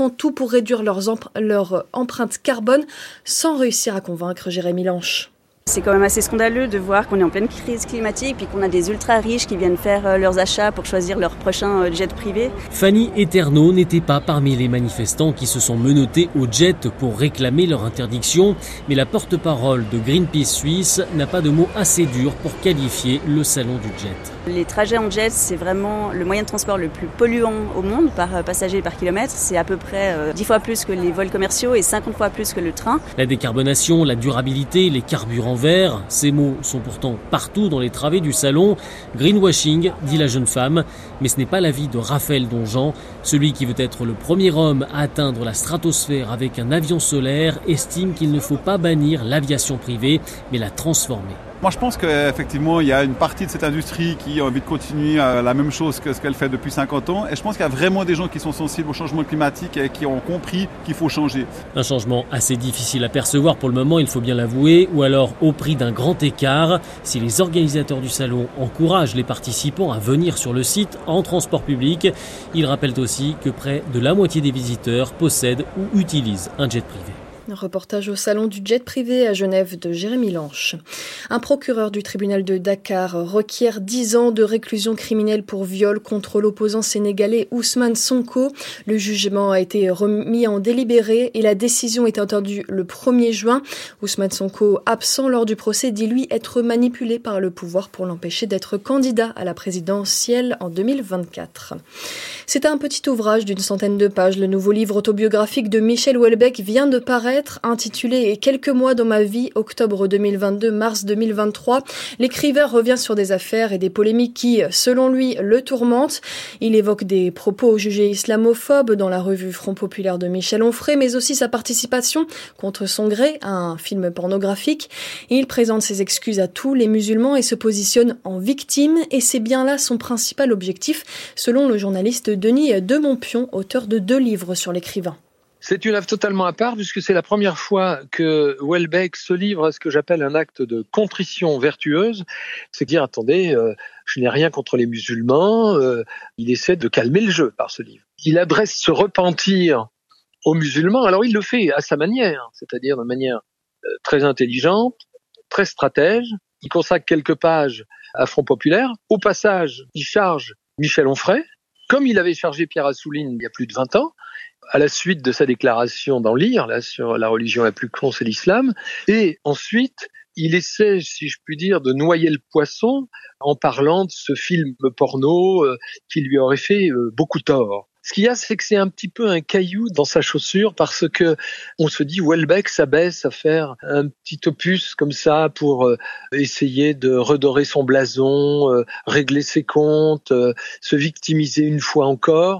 font tout pour réduire leurs empr- leur empreinte carbone sans réussir à convaincre Jérémy Lanche. C'est quand même assez scandaleux de voir qu'on est en pleine crise climatique puis qu'on a des ultra riches qui viennent faire leurs achats pour choisir leur prochain jet privé. Fanny Eterno n'était pas parmi les manifestants qui se sont menottés au jet pour réclamer leur interdiction, mais la porte-parole de Greenpeace Suisse n'a pas de mots assez durs pour qualifier le salon du jet. Les trajets en jet, c'est vraiment le moyen de transport le plus polluant au monde par passager et par kilomètre. C'est à peu près dix fois plus que les vols commerciaux et cinquante fois plus que le train. La décarbonation, la durabilité, les carburants verts, ces mots sont pourtant partout dans les travées du salon. Greenwashing, dit la jeune femme, mais ce n'est pas l'avis de Raphaël Donjean. Celui qui veut être le premier homme à atteindre la stratosphère avec un avion solaire estime qu'il ne faut pas bannir l'aviation privée, mais la transformer. Moi, je pense qu'effectivement, il y a une partie de cette industrie qui a envie de continuer la même chose que ce qu'elle fait depuis cinquante ans. Et je pense qu'il y a vraiment des gens qui sont sensibles au changement climatique et qui ont compris qu'il faut changer. Un changement assez difficile à percevoir pour le moment, il faut bien l'avouer, ou alors au prix d'un grand écart. Si les organisateurs du salon encouragent les participants à venir sur le site en transport public, ils rappellent aussi que près de la moitié des visiteurs possèdent ou utilisent un jet privé. Un reportage au salon du jet privé à Genève de Jérémy Lanche. Un procureur du tribunal de Dakar requiert dix ans de réclusion criminelle pour viol contre l'opposant sénégalais Ousmane Sonko. Le jugement a été remis en délibéré et la décision est attendue le premier juin. Ousmane Sonko, absent lors du procès, dit lui être manipulé par le pouvoir pour l'empêcher d'être candidat à la présidentielle en deux mille vingt-quatre. C'est un petit ouvrage d'une centaine de pages. Le nouveau livre autobiographique de Michel Houellebecq vient de paraître, intitulé « Quelques mois dans ma vie, octobre deux mille vingt-deux, mars deux mille vingt-trois ». L'écrivain revient sur des affaires et des polémiques qui, selon lui, le tourmentent. Il évoque des propos jugés islamophobes dans la revue Front Populaire de Michel Onfray, mais aussi sa participation, contre son gré, à un film pornographique. Il présente ses excuses à tous les musulmans et se positionne en victime, et c'est bien là son principal objectif, selon le journaliste Denis Demontpion, auteur de deux livres sur l'écrivain. C'est une œuvre totalement à part puisque c'est la première fois que Houellebecq se livre à ce que j'appelle un acte de contrition vertueuse. C'est dire, attendez, euh, je n'ai rien contre les musulmans. Euh, il essaie de calmer le jeu par ce livre. Il adresse ce repentir aux musulmans. Alors il le fait à sa manière, c'est-à-dire de manière euh, très intelligente, très stratège. Il consacre quelques pages à Front Populaire. Au passage, il charge Michel Onfray, comme il avait chargé Pierre Assouline il y a plus de vingt ans, à la suite de sa déclaration dans Lire, là, sur la religion la plus con, c'est l'islam. Et ensuite, il essaie, si je puis dire, de noyer le poisson en parlant de ce film porno euh, qui lui aurait fait euh, beaucoup tort. Ce qu'il y a, c'est que c'est un petit peu un caillou dans sa chaussure parce que on se dit Houellebecq s'abaisse à faire un petit opus comme ça pour euh, essayer de redorer son blason, euh, régler ses comptes, euh, se victimiser une fois encore.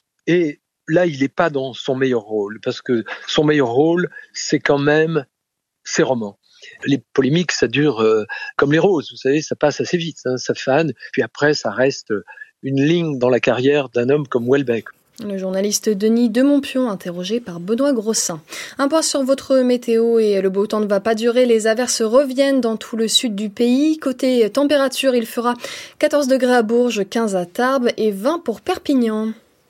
Et là, il n'est pas dans son meilleur rôle, parce que son meilleur rôle, c'est quand même ses romans. Les polémiques, ça dure euh, comme les roses, vous savez, ça passe assez vite, hein, ça fane, puis après, ça reste une ligne dans la carrière d'un homme comme Houellebecq. Le journaliste Denis Demontpion, interrogé par Benoît Grossin. Un point sur votre météo, et le beau temps ne va pas durer. Les averses reviennent dans tout le sud du pays. Côté température, il fera quatorze degrés à Bourges, quinze à Tarbes et vingt pour Perpignan.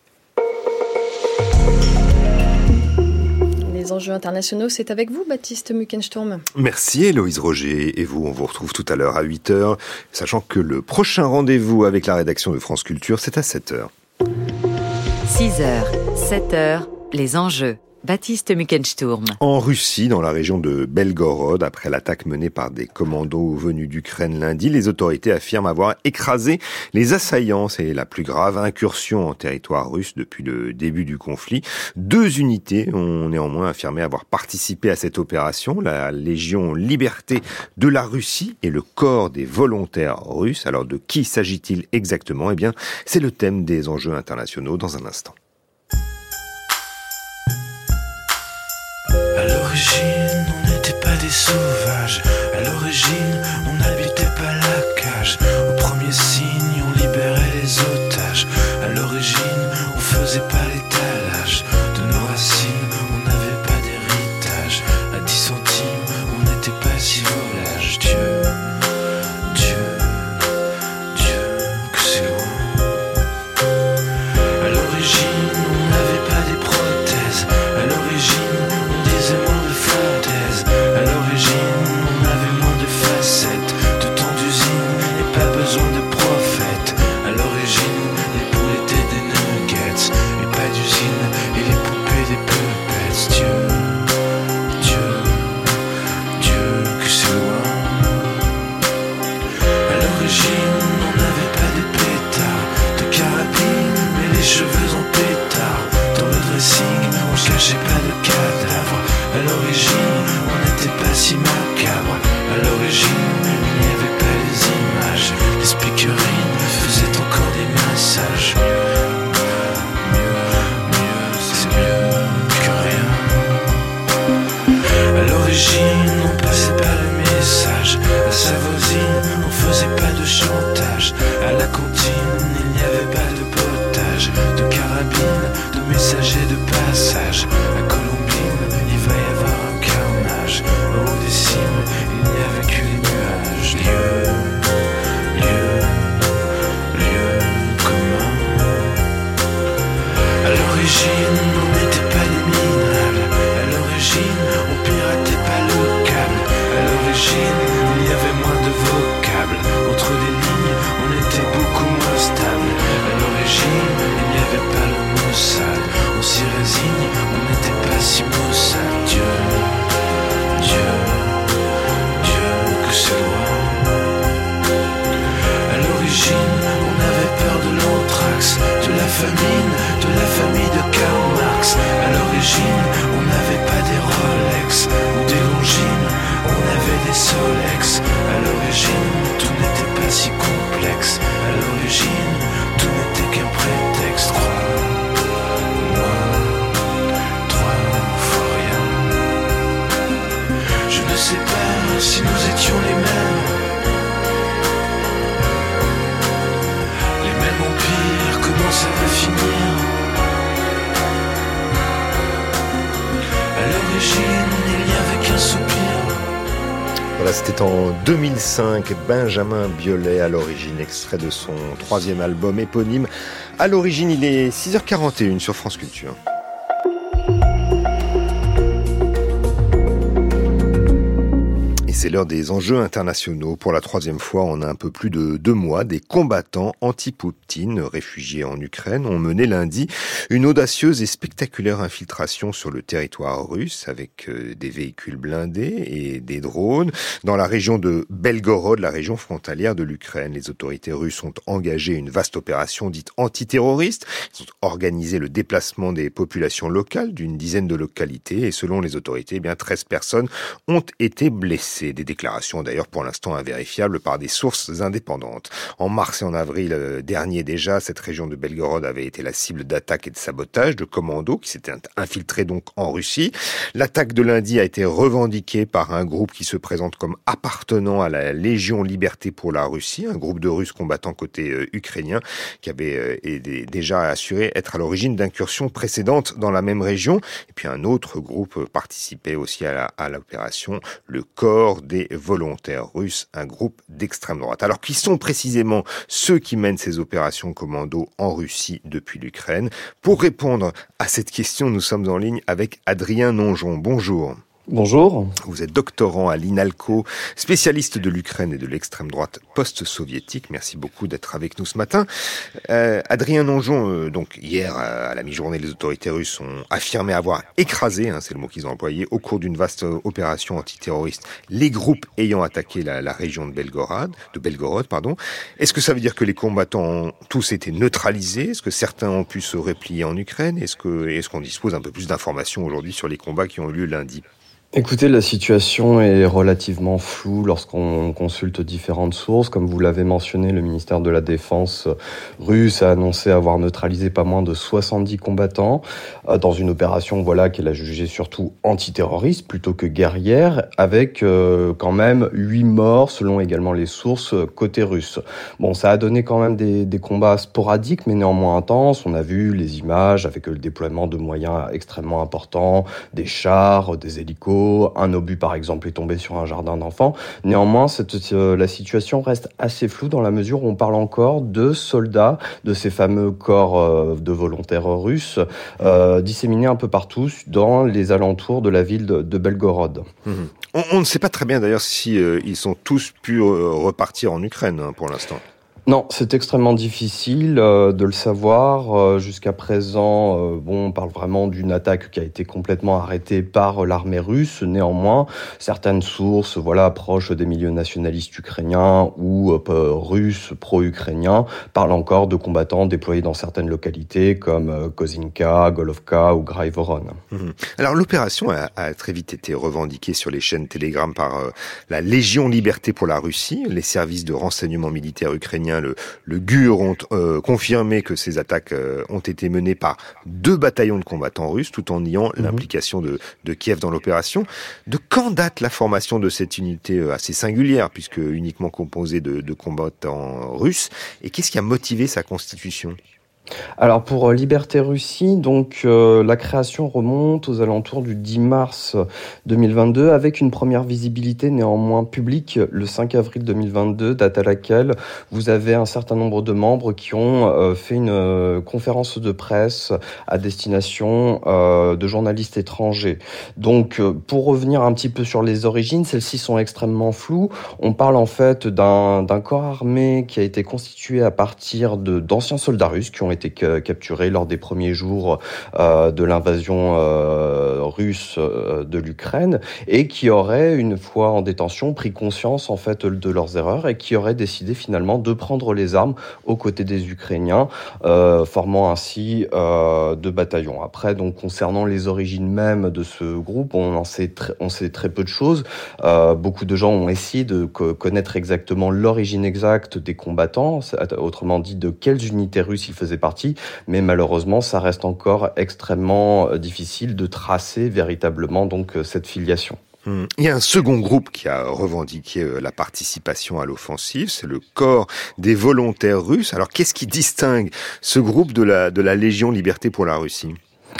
Les enjeux internationaux, c'est avec vous, Baptiste Muckensturm. Merci Héloïse Roger. Et vous, on vous retrouve tout à l'heure à huit heures, sachant que le prochain rendez-vous avec la rédaction de France Culture, c'est à sept heures. six heures, sept heures, les enjeux. Baptiste Muckensturm. En Russie, dans la région de Belgorod, après l'attaque menée par des commandos venus d'Ukraine lundi, les autorités affirment avoir écrasé les assaillants. C'est la plus grave incursion en territoire russe depuis le début du conflit. Deux unités ont néanmoins affirmé avoir participé à cette opération, la Légion Liberté de la Russie et le corps des volontaires russes. Alors de qui s'agit-il exactement ? Eh bien, c'est le thème des enjeux internationaux dans un instant. À l'origine, on n'était pas des sauvages. À l'origine, on n'habitait pas la cage. Au premier signe, on libérait les otages. À l'origine, on faisait pas l'étalage de nos racines. On n'avait pas d'héritage. À dix centimes, on n'était pas si volage. Dieu, Dieu, Dieu, que c'est loin. À l'origine, on n'avait pas des prothèses. message. Mieux, mieux, mieux, c'est mieux que rien. À l'origine, on passait pas le message. À sa voisine, on faisait pas de chantage. À la cantine, il n'y avait pas de potage, de carabine, de messagers de passage. À Colombine, il va y avoir un carnage. Au haut des cimes, il n'y avait que les nuages. Lieu, lieu, lieu commun. À l'origine, on n'était pas des minables. À l'origine, on piratait pas le câble. À l'origine, il y avait moins de vocables. Entre les lignes, on était beaucoup moins stable. À l'origine, il n'y avait pas le mot sale. On s'y résigne, on n'était pas si maussade. Dieu, Dieu, Dieu, que c'est loin. À l'origine, on avait peur de l'anthrax, de la famine, de la famille de Karl Marx. À l'origine, on n'avait pas des Rolex ou des Longines, on avait des Solex. À l'origine, tout n'était pas si complexe. À l'origine, tout n'était qu'un prétexte. Crois-moi, toi, faut rien. Je ne sais pas si nous étions les mêmes. Les mêmes empires, comment ça va finir? À l'origine, il n'y avait qu'un soupir. Voilà, c'était en deux mille cinq, Benjamin Biolay, à l'origine, extrait de son troisième album éponyme. À l'origine, il est six heures quarante et une sur France Culture. C'est l'heure des enjeux internationaux. Pour la troisième fois en un peu plus de deux mois, des combattants anti-Poutine, réfugiés en Ukraine, ont mené lundi une audacieuse et spectaculaire infiltration sur le territoire russe avec des véhicules blindés et des drones dans la région de Belgorod, la région frontalière de l'Ukraine. Les autorités russes ont engagé une vaste opération dite antiterroriste. Ils ont organisé le déplacement des populations locales d'une dizaine de localités et selon les autorités, eh bien treize personnes ont été blessées. Des déclarations d'ailleurs pour l'instant invérifiables par des sources indépendantes. En mars et en avril dernier déjà, cette région de Belgorod avait été la cible d'attaques et de sabotages de commandos qui s'étaient infiltrés donc en Russie. L'attaque de lundi a été revendiquée par un groupe qui se présente comme appartenant à la Légion Liberté pour la Russie, un groupe de Russes combattants côté euh, ukrainien qui avait euh, aidé, déjà assuré être à l'origine d'incursions précédentes dans la même région. Et puis un autre groupe participait aussi à, la, à l'opération, le Corps des volontaires russes, un groupe d'extrême droite. Alors, qui sont précisément ceux qui mènent ces opérations commando en Russie depuis l'Ukraine? Pour répondre à cette question, nous sommes en ligne avec Adrien Nonjon. Bonjour. Bonjour. Vous êtes doctorant à l'INALCO, spécialiste de l'Ukraine et de l'extrême droite post-soviétique. Merci beaucoup d'être avec nous ce matin. Euh, Adrien Nonjon, euh, donc hier à la mi-journée, les autorités russes ont affirmé avoir écrasé, hein, c'est le mot qu'ils ont employé, au cours d'une vaste opération antiterroriste, les groupes ayant attaqué la, la région de Belgorod, de Belgorod, pardon. Est-ce que ça veut dire que les combattants ont tous été neutralisés? Est-ce que certains ont pu se replier en Ukraine? Est-ce que, est-ce qu'on dispose un peu plus d'informations aujourd'hui sur les combats qui ont eu lieu lundi? Écoutez, la situation est relativement floue lorsqu'on consulte différentes sources. Comme vous l'avez mentionné, le ministère de la Défense russe a annoncé avoir neutralisé pas moins de soixante-dix combattants dans une opération, voilà, qu'elle a jugée surtout antiterroriste plutôt que guerrière, avec euh, quand même huit morts selon également les sources côté russe. Bon, ça a donné quand même des, des combats sporadiques, mais néanmoins intenses. On a vu les images avec le déploiement de moyens extrêmement importants, des chars, des hélicos. Un obus, par exemple, est tombé sur un jardin d'enfants. Néanmoins, cette, euh, la situation reste assez floue dans la mesure où on parle encore de soldats, de ces fameux corps euh, de volontaires russes, euh, disséminés un peu partout dans les alentours de la ville de, de Belgorod. Mmh. On, on ne sait pas très bien d'ailleurs si euh, ils sont tous pu euh, repartir en Ukraine hein, pour l'instant. Non, c'est extrêmement difficile euh, de le savoir. Euh, jusqu'à présent, euh, bon, on parle vraiment d'une attaque qui a été complètement arrêtée par l'armée russe. Néanmoins, certaines sources, voilà, proches des milieux nationalistes ukrainiens ou euh, russes pro-ukrainiens, parlent encore de combattants déployés dans certaines localités comme euh, Kozinka, Golovka ou Graivoron. Mmh. Alors l'opération a, a très vite été revendiquée sur les chaînes Telegram par euh, la Légion Liberté pour la Russie, les services de renseignement militaire ukrainiens ukrainiens, le, le GUR, ont euh, confirmé que ces attaques euh, ont été menées par deux bataillons de combattants russes, tout en niant mmh. l'implication de, de Kiev dans l'opération. De quand date la formation de cette unité euh, assez singulière, puisque uniquement composée de, de combattants russes, et qu'est-ce qui a motivé sa constitution ? Alors pour euh, Liberté Russie, donc euh, la création remonte aux alentours du dix mars deux mille vingt-deux, avec une première visibilité néanmoins publique le cinq avril deux mille vingt-deux, date à laquelle vous avez un certain nombre de membres qui ont euh, fait une euh, conférence de presse à destination euh, de journalistes étrangers. Donc euh, pour revenir un petit peu sur les origines, celles-ci sont extrêmement floues. On parle en fait d'un, d'un corps armé qui a été constitué à partir de, d'anciens soldats russes qui ont été capturés lors des premiers jours euh, de l'invasion euh, russe euh, de l'Ukraine et qui auraient, une fois en détention, pris conscience en fait de leurs erreurs et qui auraient décidé finalement de prendre les armes aux côtés des Ukrainiens, euh, formant ainsi euh, deux bataillons. Après, donc concernant les origines mêmes de ce groupe, on en sait très, on sait très peu de choses. Euh, beaucoup de gens ont essayé de co- connaître exactement l'origine exacte des combattants, autrement dit de quelles unités russes ils faisaient partie, mais malheureusement, ça reste encore extrêmement difficile de tracer véritablement donc cette filiation. Il y a un second groupe qui a revendiqué la participation à l'offensive, c'est le corps des volontaires russes. Alors, qu'est-ce qui distingue ce groupe de la, de la Légion Liberté pour la Russie ?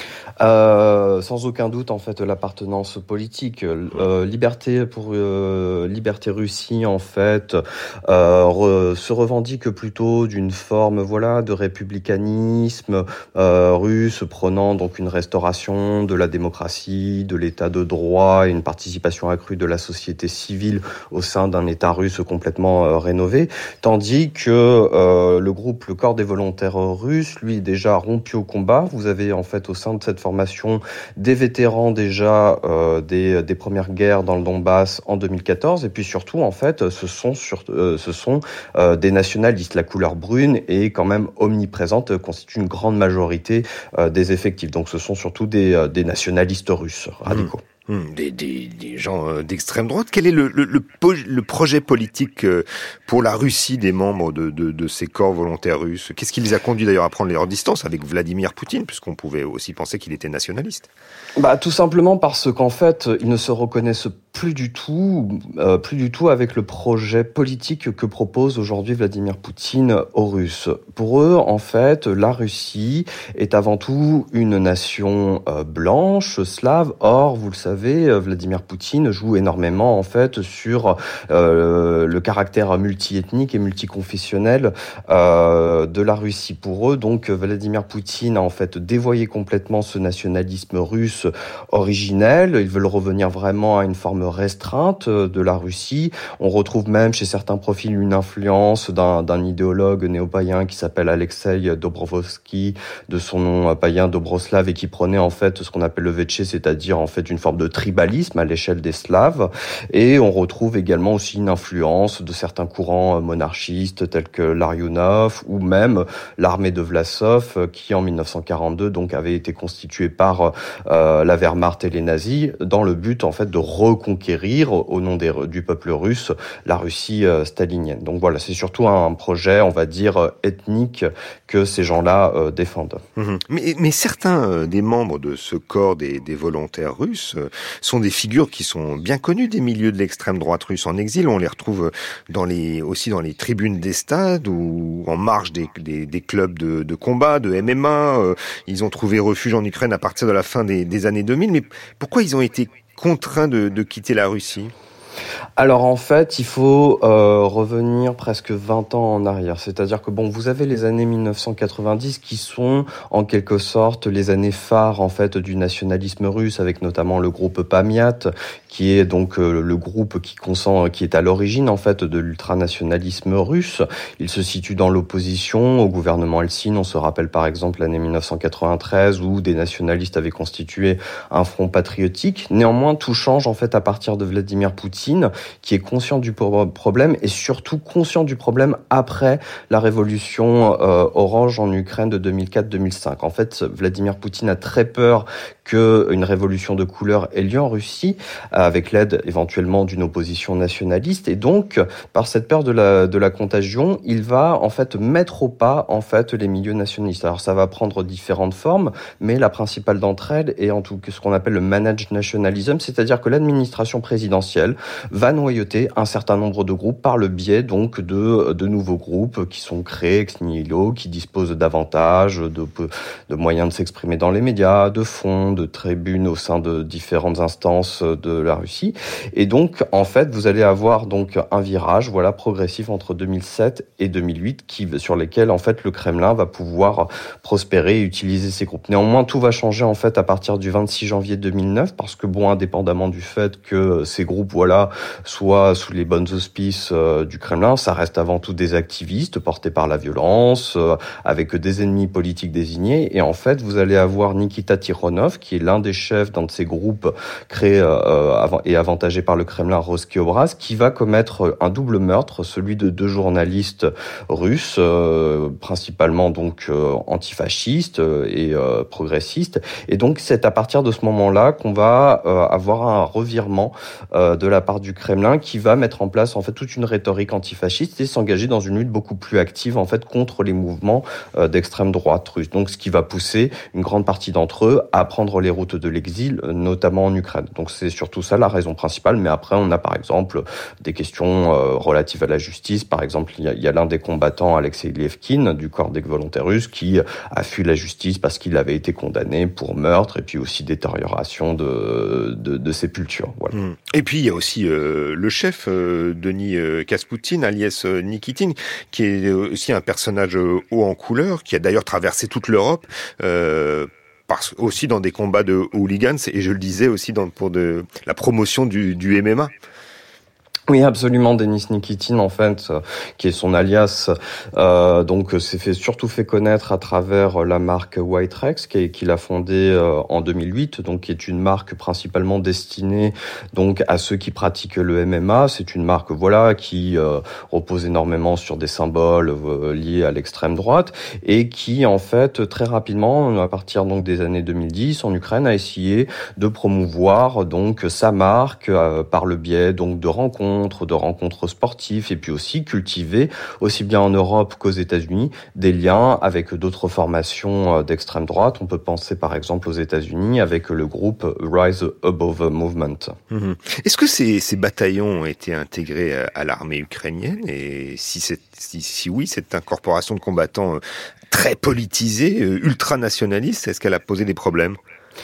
Euh, sans aucun doute en fait l'appartenance politique. Euh, liberté pour euh, Liberté Russie en fait euh, re, se revendique plutôt d'une forme voilà de républicanisme euh, russe, prenant donc une restauration de la démocratie, de l'état de droit et une participation accrue de la société civile au sein d'un état russe complètement euh, rénové, tandis que euh, le groupe le corps des volontaires russes, lui déjà rompu au combat. Vous avez en fait au sein de cette formation des vétérans déjà euh, des, des premières guerres dans le Donbass en deux mille quatorze et puis surtout en fait ce sont, sur, euh, ce sont euh, des nationalistes. La couleur brune est quand même omniprésente, constitue une grande majorité euh, des effectifs. Donc ce sont surtout des, euh, des nationalistes russes radicaux. Mmh. Mmh, des, des, des gens euh, d'extrême droite. Quel est le, le, le, le projet politique euh, pour la Russie des membres de, de, de ces corps volontaires russes ? Qu'est-ce qui les a conduits d'ailleurs à prendre leur distance avec Vladimir Poutine, puisqu'on pouvait aussi penser qu'il était nationaliste ? Bah, tout simplement parce qu'en fait, ils ne se reconnaissent plus du tout, euh, plus du tout avec le projet politique que propose aujourd'hui Vladimir Poutine aux Russes. Pour eux, en fait, la Russie est avant tout une nation euh, blanche, slave. Or, vous le savez, Vladimir Poutine joue énormément en fait sur euh, le caractère multiethnique et multiconfessionnel euh, de la Russie. Pour eux, donc, Vladimir Poutine a en fait dévoyé complètement ce nationalisme russe originel. Ils veulent revenir vraiment à une forme restreinte de la Russie. On retrouve même chez certains profils une influence d'un, d'un idéologue néo-païen qui s'appelle Alexei Dobrovolsky, de son nom païen Dobroslav, et qui prenait en fait ce qu'on appelle le Vétché, c'est-à-dire en fait une forme de tribalisme à l'échelle des Slaves. Et on retrouve également aussi une influence de certains courants monarchistes tels que l'Ariounov ou même l'armée de Vlasov, qui en dix-neuf cent quarante-deux donc avait été constituée par euh, la Wehrmacht et les nazis dans le but en fait de reconquérir au nom des, du peuple russe la Russie euh, stalinienne. Donc voilà, c'est surtout un projet, on va dire, ethnique que ces gens-là euh, défendent. Mmh. Mais, mais certains euh, des membres de ce corps des, des volontaires russes euh, sont des figures qui sont bien connues des milieux de l'extrême droite russe en exil. On les retrouve dans les, aussi dans les tribunes des stades ou en marge des, des, des clubs de, de combat, de M M A. Euh, ils ont trouvé refuge en Ukraine à partir de la fin des, des années deux mille. Mais pourquoi ils ont été contraints de, de quitter la Russie ? Alors en fait, il faut euh, revenir presque vingt ans en arrière. C'est-à-dire que bon, vous avez les années dix-neuf cent quatre-vingt-dix qui sont en quelque sorte les années phares en fait du nationalisme russe, avec notamment le groupe Pamiat, qui est donc euh, le groupe qui consent, qui est à l'origine en fait de l'ultranationalisme russe. Il se situe dans l'opposition au gouvernement Eltsine. On se rappelle par exemple l'année dix-neuf cent quatre-vingt-treize où des nationalistes avaient constitué un front patriotique. Néanmoins, tout change en fait à partir de Vladimir Poutine. Poutine, qui est conscient du problème et surtout conscient du problème après la révolution euh, orange en Ukraine de deux mille quatre deux mille cinq. En fait, Vladimir Poutine a très peur qu'une révolution de couleur ait lieu en Russie, avec l'aide éventuellement d'une opposition nationaliste. Et donc, par cette peur de la, de la contagion, il va en fait mettre au pas en fait les milieux nationalistes. Alors ça va prendre différentes formes, mais la principale d'entre elles est en tout cas ce qu'on appelle le managed nationalism, c'est-à-dire que l'administration présidentielle va noyauter un certain nombre de groupes par le biais donc de, de nouveaux groupes qui sont créés ex nihilo, qui disposent d'avantages, de, de moyens de s'exprimer dans les médias, de fonds, de tribunes au sein de différentes instances de la Russie. Et donc, en fait, vous allez avoir donc un virage, voilà, progressif entre deux mille sept et deux mille huit, qui, sur lesquels, en fait, le Kremlin va pouvoir prospérer et utiliser ces groupes. Néanmoins, tout va changer, en fait, à partir du vingt-six janvier deux mille neuf, parce que, bon, indépendamment du fait que ces groupes, voilà, soient sous les bonnes auspices euh, du Kremlin, ça reste avant tout des activistes portés par la violence, euh, avec des ennemis politiques désignés. Et en fait, vous allez avoir Nikita Tikhonov, qui est l'un des chefs d'un de ces groupes créés euh, et avantagés par le Kremlin, Rosky Obraz, qui va commettre un double meurtre, celui de deux journalistes russes, euh, principalement donc euh, antifascistes et euh, progressistes. Et donc, c'est à partir de ce moment-là qu'on va euh, avoir un revirement euh, de la part du Kremlin qui va mettre en place en fait toute une rhétorique antifasciste et s'engager dans une lutte beaucoup plus active en fait contre les mouvements euh, d'extrême droite russe. Donc, ce qui va pousser une grande partie d'entre eux à prendre les routes de l'exil, notamment en Ukraine. Donc c'est surtout ça la raison principale, mais après on a par exemple des questions euh, relatives à la justice. Par exemple, il y a, il y a l'un des combattants, Alexei Lievkin, du corps des volontaires russes, qui a fui la justice parce qu'il avait été condamné pour meurtre et puis aussi détérioration de, de, de sépulture. Voilà. Mmh. Et puis il y a aussi euh, le chef, euh, Denis euh, Kaspoutine, alias euh, Nikitine, qui est aussi un personnage euh, haut en couleur, qui a d'ailleurs traversé toute l'Europe, euh, Parce, aussi dans des combats de hooligans, et je le disais aussi dans, pour de, la promotion du, du M M A. Oui, absolument. Denis Nikitine, en fait, euh, qui est son alias, euh, donc s'est fait surtout fait connaître à travers la marque White Rex, qui qu'il a fondée euh, en deux mille huit, donc qui est une marque principalement destinée donc à ceux qui pratiquent le M M A. C'est une marque, voilà, qui euh, repose énormément sur des symboles euh, liés à l'extrême droite et qui, en fait, très rapidement, à partir donc des années deux mille dix, en Ukraine, a essayé de promouvoir donc sa marque euh, par le biais donc de rencontres. de rencontres sportives et puis aussi cultiver, aussi bien en Europe qu'aux États-Unis, des liens avec d'autres formations d'extrême droite. On peut penser par exemple aux États-Unis avec le groupe Rise Above Movement. Mmh. Est-ce que ces, ces bataillons ont été intégrés à l'armée ukrainienne? Et si, c'est, si, si oui, cette incorporation de combattants très politisés, ultranationalistes, est-ce qu'elle a posé des problèmes?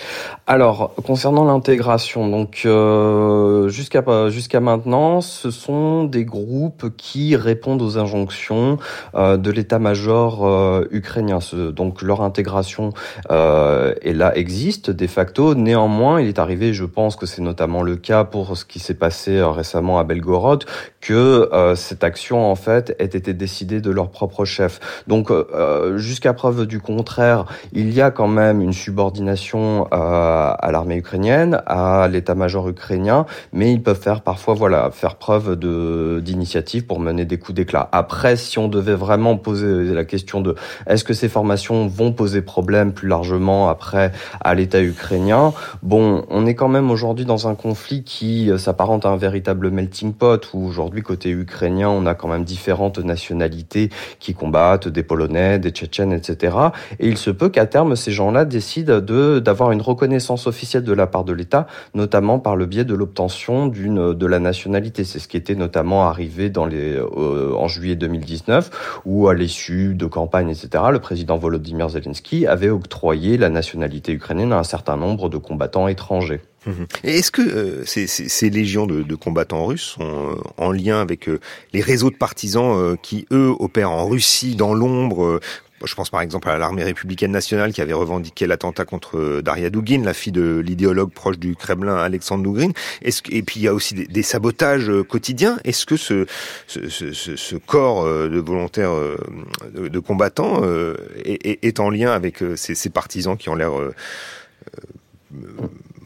Alors, concernant l'intégration, donc euh, jusqu'à jusqu'à maintenant, ce sont des groupes qui répondent aux injonctions euh, de l'état-major euh, ukrainien. Ce, donc, leur intégration euh, est là, existe de facto. Néanmoins, il est arrivé, je pense que c'est notamment le cas pour ce qui s'est passé euh, récemment à Belgorod, que euh, cette action en fait ait été décidée de leur propre chef. Donc, euh, jusqu'à preuve du contraire, il y a quand même une subordination à, à l'armée ukrainienne, à l'état-major ukrainien, mais ils peuvent faire parfois, voilà, faire preuve de d'initiative pour mener des coups d'éclat. Après, si on devait vraiment poser la question de est-ce que ces formations vont poser problème plus largement après à l'État ukrainien, bon, on est quand même aujourd'hui dans un conflit qui s'apparente à un véritable melting pot, où aujourd'hui côté ukrainien, on a quand même différentes nationalités qui combattent, des Polonais, des Tchétchènes, et cetera. Et il se peut qu'à terme, ces gens-là décident de d'avoir une reconnaissance officielle de la part de l'État, notamment par le biais de l'obtention d'une de la nationalité. C'est ce qui était notamment arrivé dans les euh, en juillet deux mille dix-neuf, où à l'issue de campagnes, et cetera, le président Volodymyr Zelensky avait octroyé la nationalité ukrainienne à un certain nombre de combattants étrangers. Et est-ce que euh, ces, ces, ces légions de, de combattants russes sont euh, en lien avec euh, les réseaux de partisans euh, qui, eux, opèrent en Russie, dans l'ombre euh, Je pense par exemple à l'armée républicaine nationale qui avait revendiqué l'attentat contre Daria Dugin, la fille de l'idéologue proche du Kremlin Alexandre Dugin. Est-ce que, et puis il y a aussi des, des sabotages quotidiens. Est-ce que ce, ce, ce, ce corps de volontaires de, de combattants est, est, est en lien avec ces, ces partisans qui ont l'air... Euh,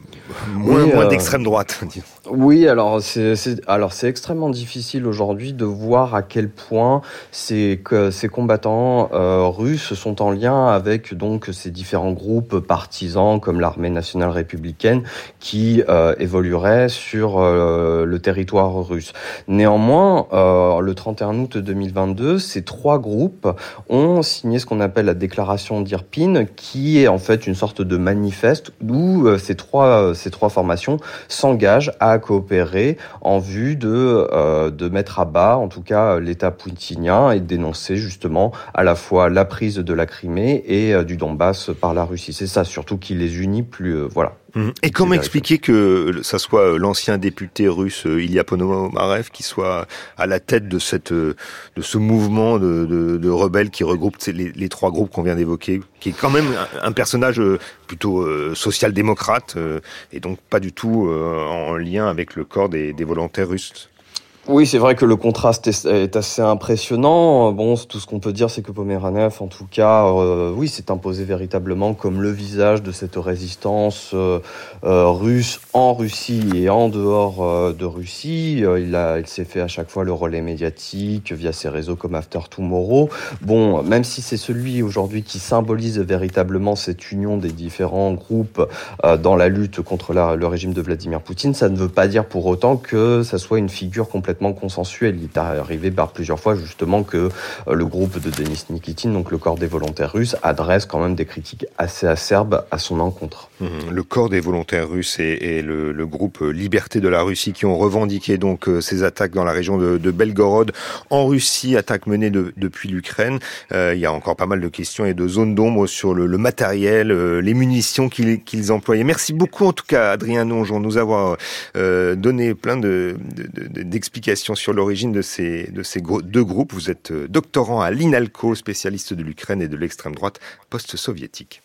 Moins, oui, moins euh, d'extrême droite, disons. Oui, alors c'est, c'est, alors c'est extrêmement difficile aujourd'hui de voir à quel point ces, que ces combattants euh, russes sont en lien avec donc ces différents groupes partisans comme l'armée nationale républicaine qui euh, évolueraient sur euh, le territoire russe. Néanmoins, euh, le trente et un août deux mille vingt-deux, ces trois groupes ont signé ce qu'on appelle la déclaration d'Irpin, qui est en fait une sorte de manifeste où euh, ces trois ces trois formations s'engagent à coopérer en vue de euh, de mettre à bas, en tout cas, l'État poutinien et de dénoncer justement à la fois la prise de la Crimée et euh, du Donbass par la Russie. C'est ça surtout qui les unit plus, euh, voilà. Et comment expliquer que ça soit l'ancien député russe Ilya Ponomarev qui soit à la tête de cette de ce mouvement de, de, de rebelles qui regroupe les, les trois groupes qu'on vient d'évoquer, qui est quand même un, un personnage plutôt euh, social-démocrate euh, et donc pas du tout euh, en lien avec le corps des, des volontaires russes? Oui, c'est vrai que le contraste est, est assez impressionnant. Bon, tout ce qu'on peut dire, c'est que Pomeranov, en tout cas, euh, oui, s'est imposé véritablement comme le visage de cette résistance euh, euh, russe en Russie et en dehors euh, de Russie. Euh, il a, il s'est fait à chaque fois le relais médiatique via ses réseaux comme After Tomorrow. Bon, même si c'est celui aujourd'hui qui symbolise véritablement cette union des différents groupes euh, dans la lutte contre la, le régime de Vladimir Poutine, ça ne veut pas dire pour autant que ça soit une figure complètement consensuel. Il est arrivé par plusieurs fois justement que le groupe de Denis Nikitin, donc le corps des volontaires russes, adresse quand même des critiques assez acerbes à son encontre. Mmh. Le corps des volontaires russes et, et le, le groupe Liberté de la Russie qui ont revendiqué donc ces attaques dans la région de, de Belgorod en Russie, attaques menées de, depuis l'Ukraine. Euh, il y a encore pas mal de questions et de zones d'ombre sur le, le matériel, euh, les munitions qu'ils, qu'ils employaient. Merci beaucoup en tout cas Adrien Donjon de nous avoir euh, donné plein de, de, de, d'explications sur l'origine de ces, de ces deux groupes. Vous êtes doctorant à l'INALCO, spécialiste de l'Ukraine et de l'extrême droite post-soviétique.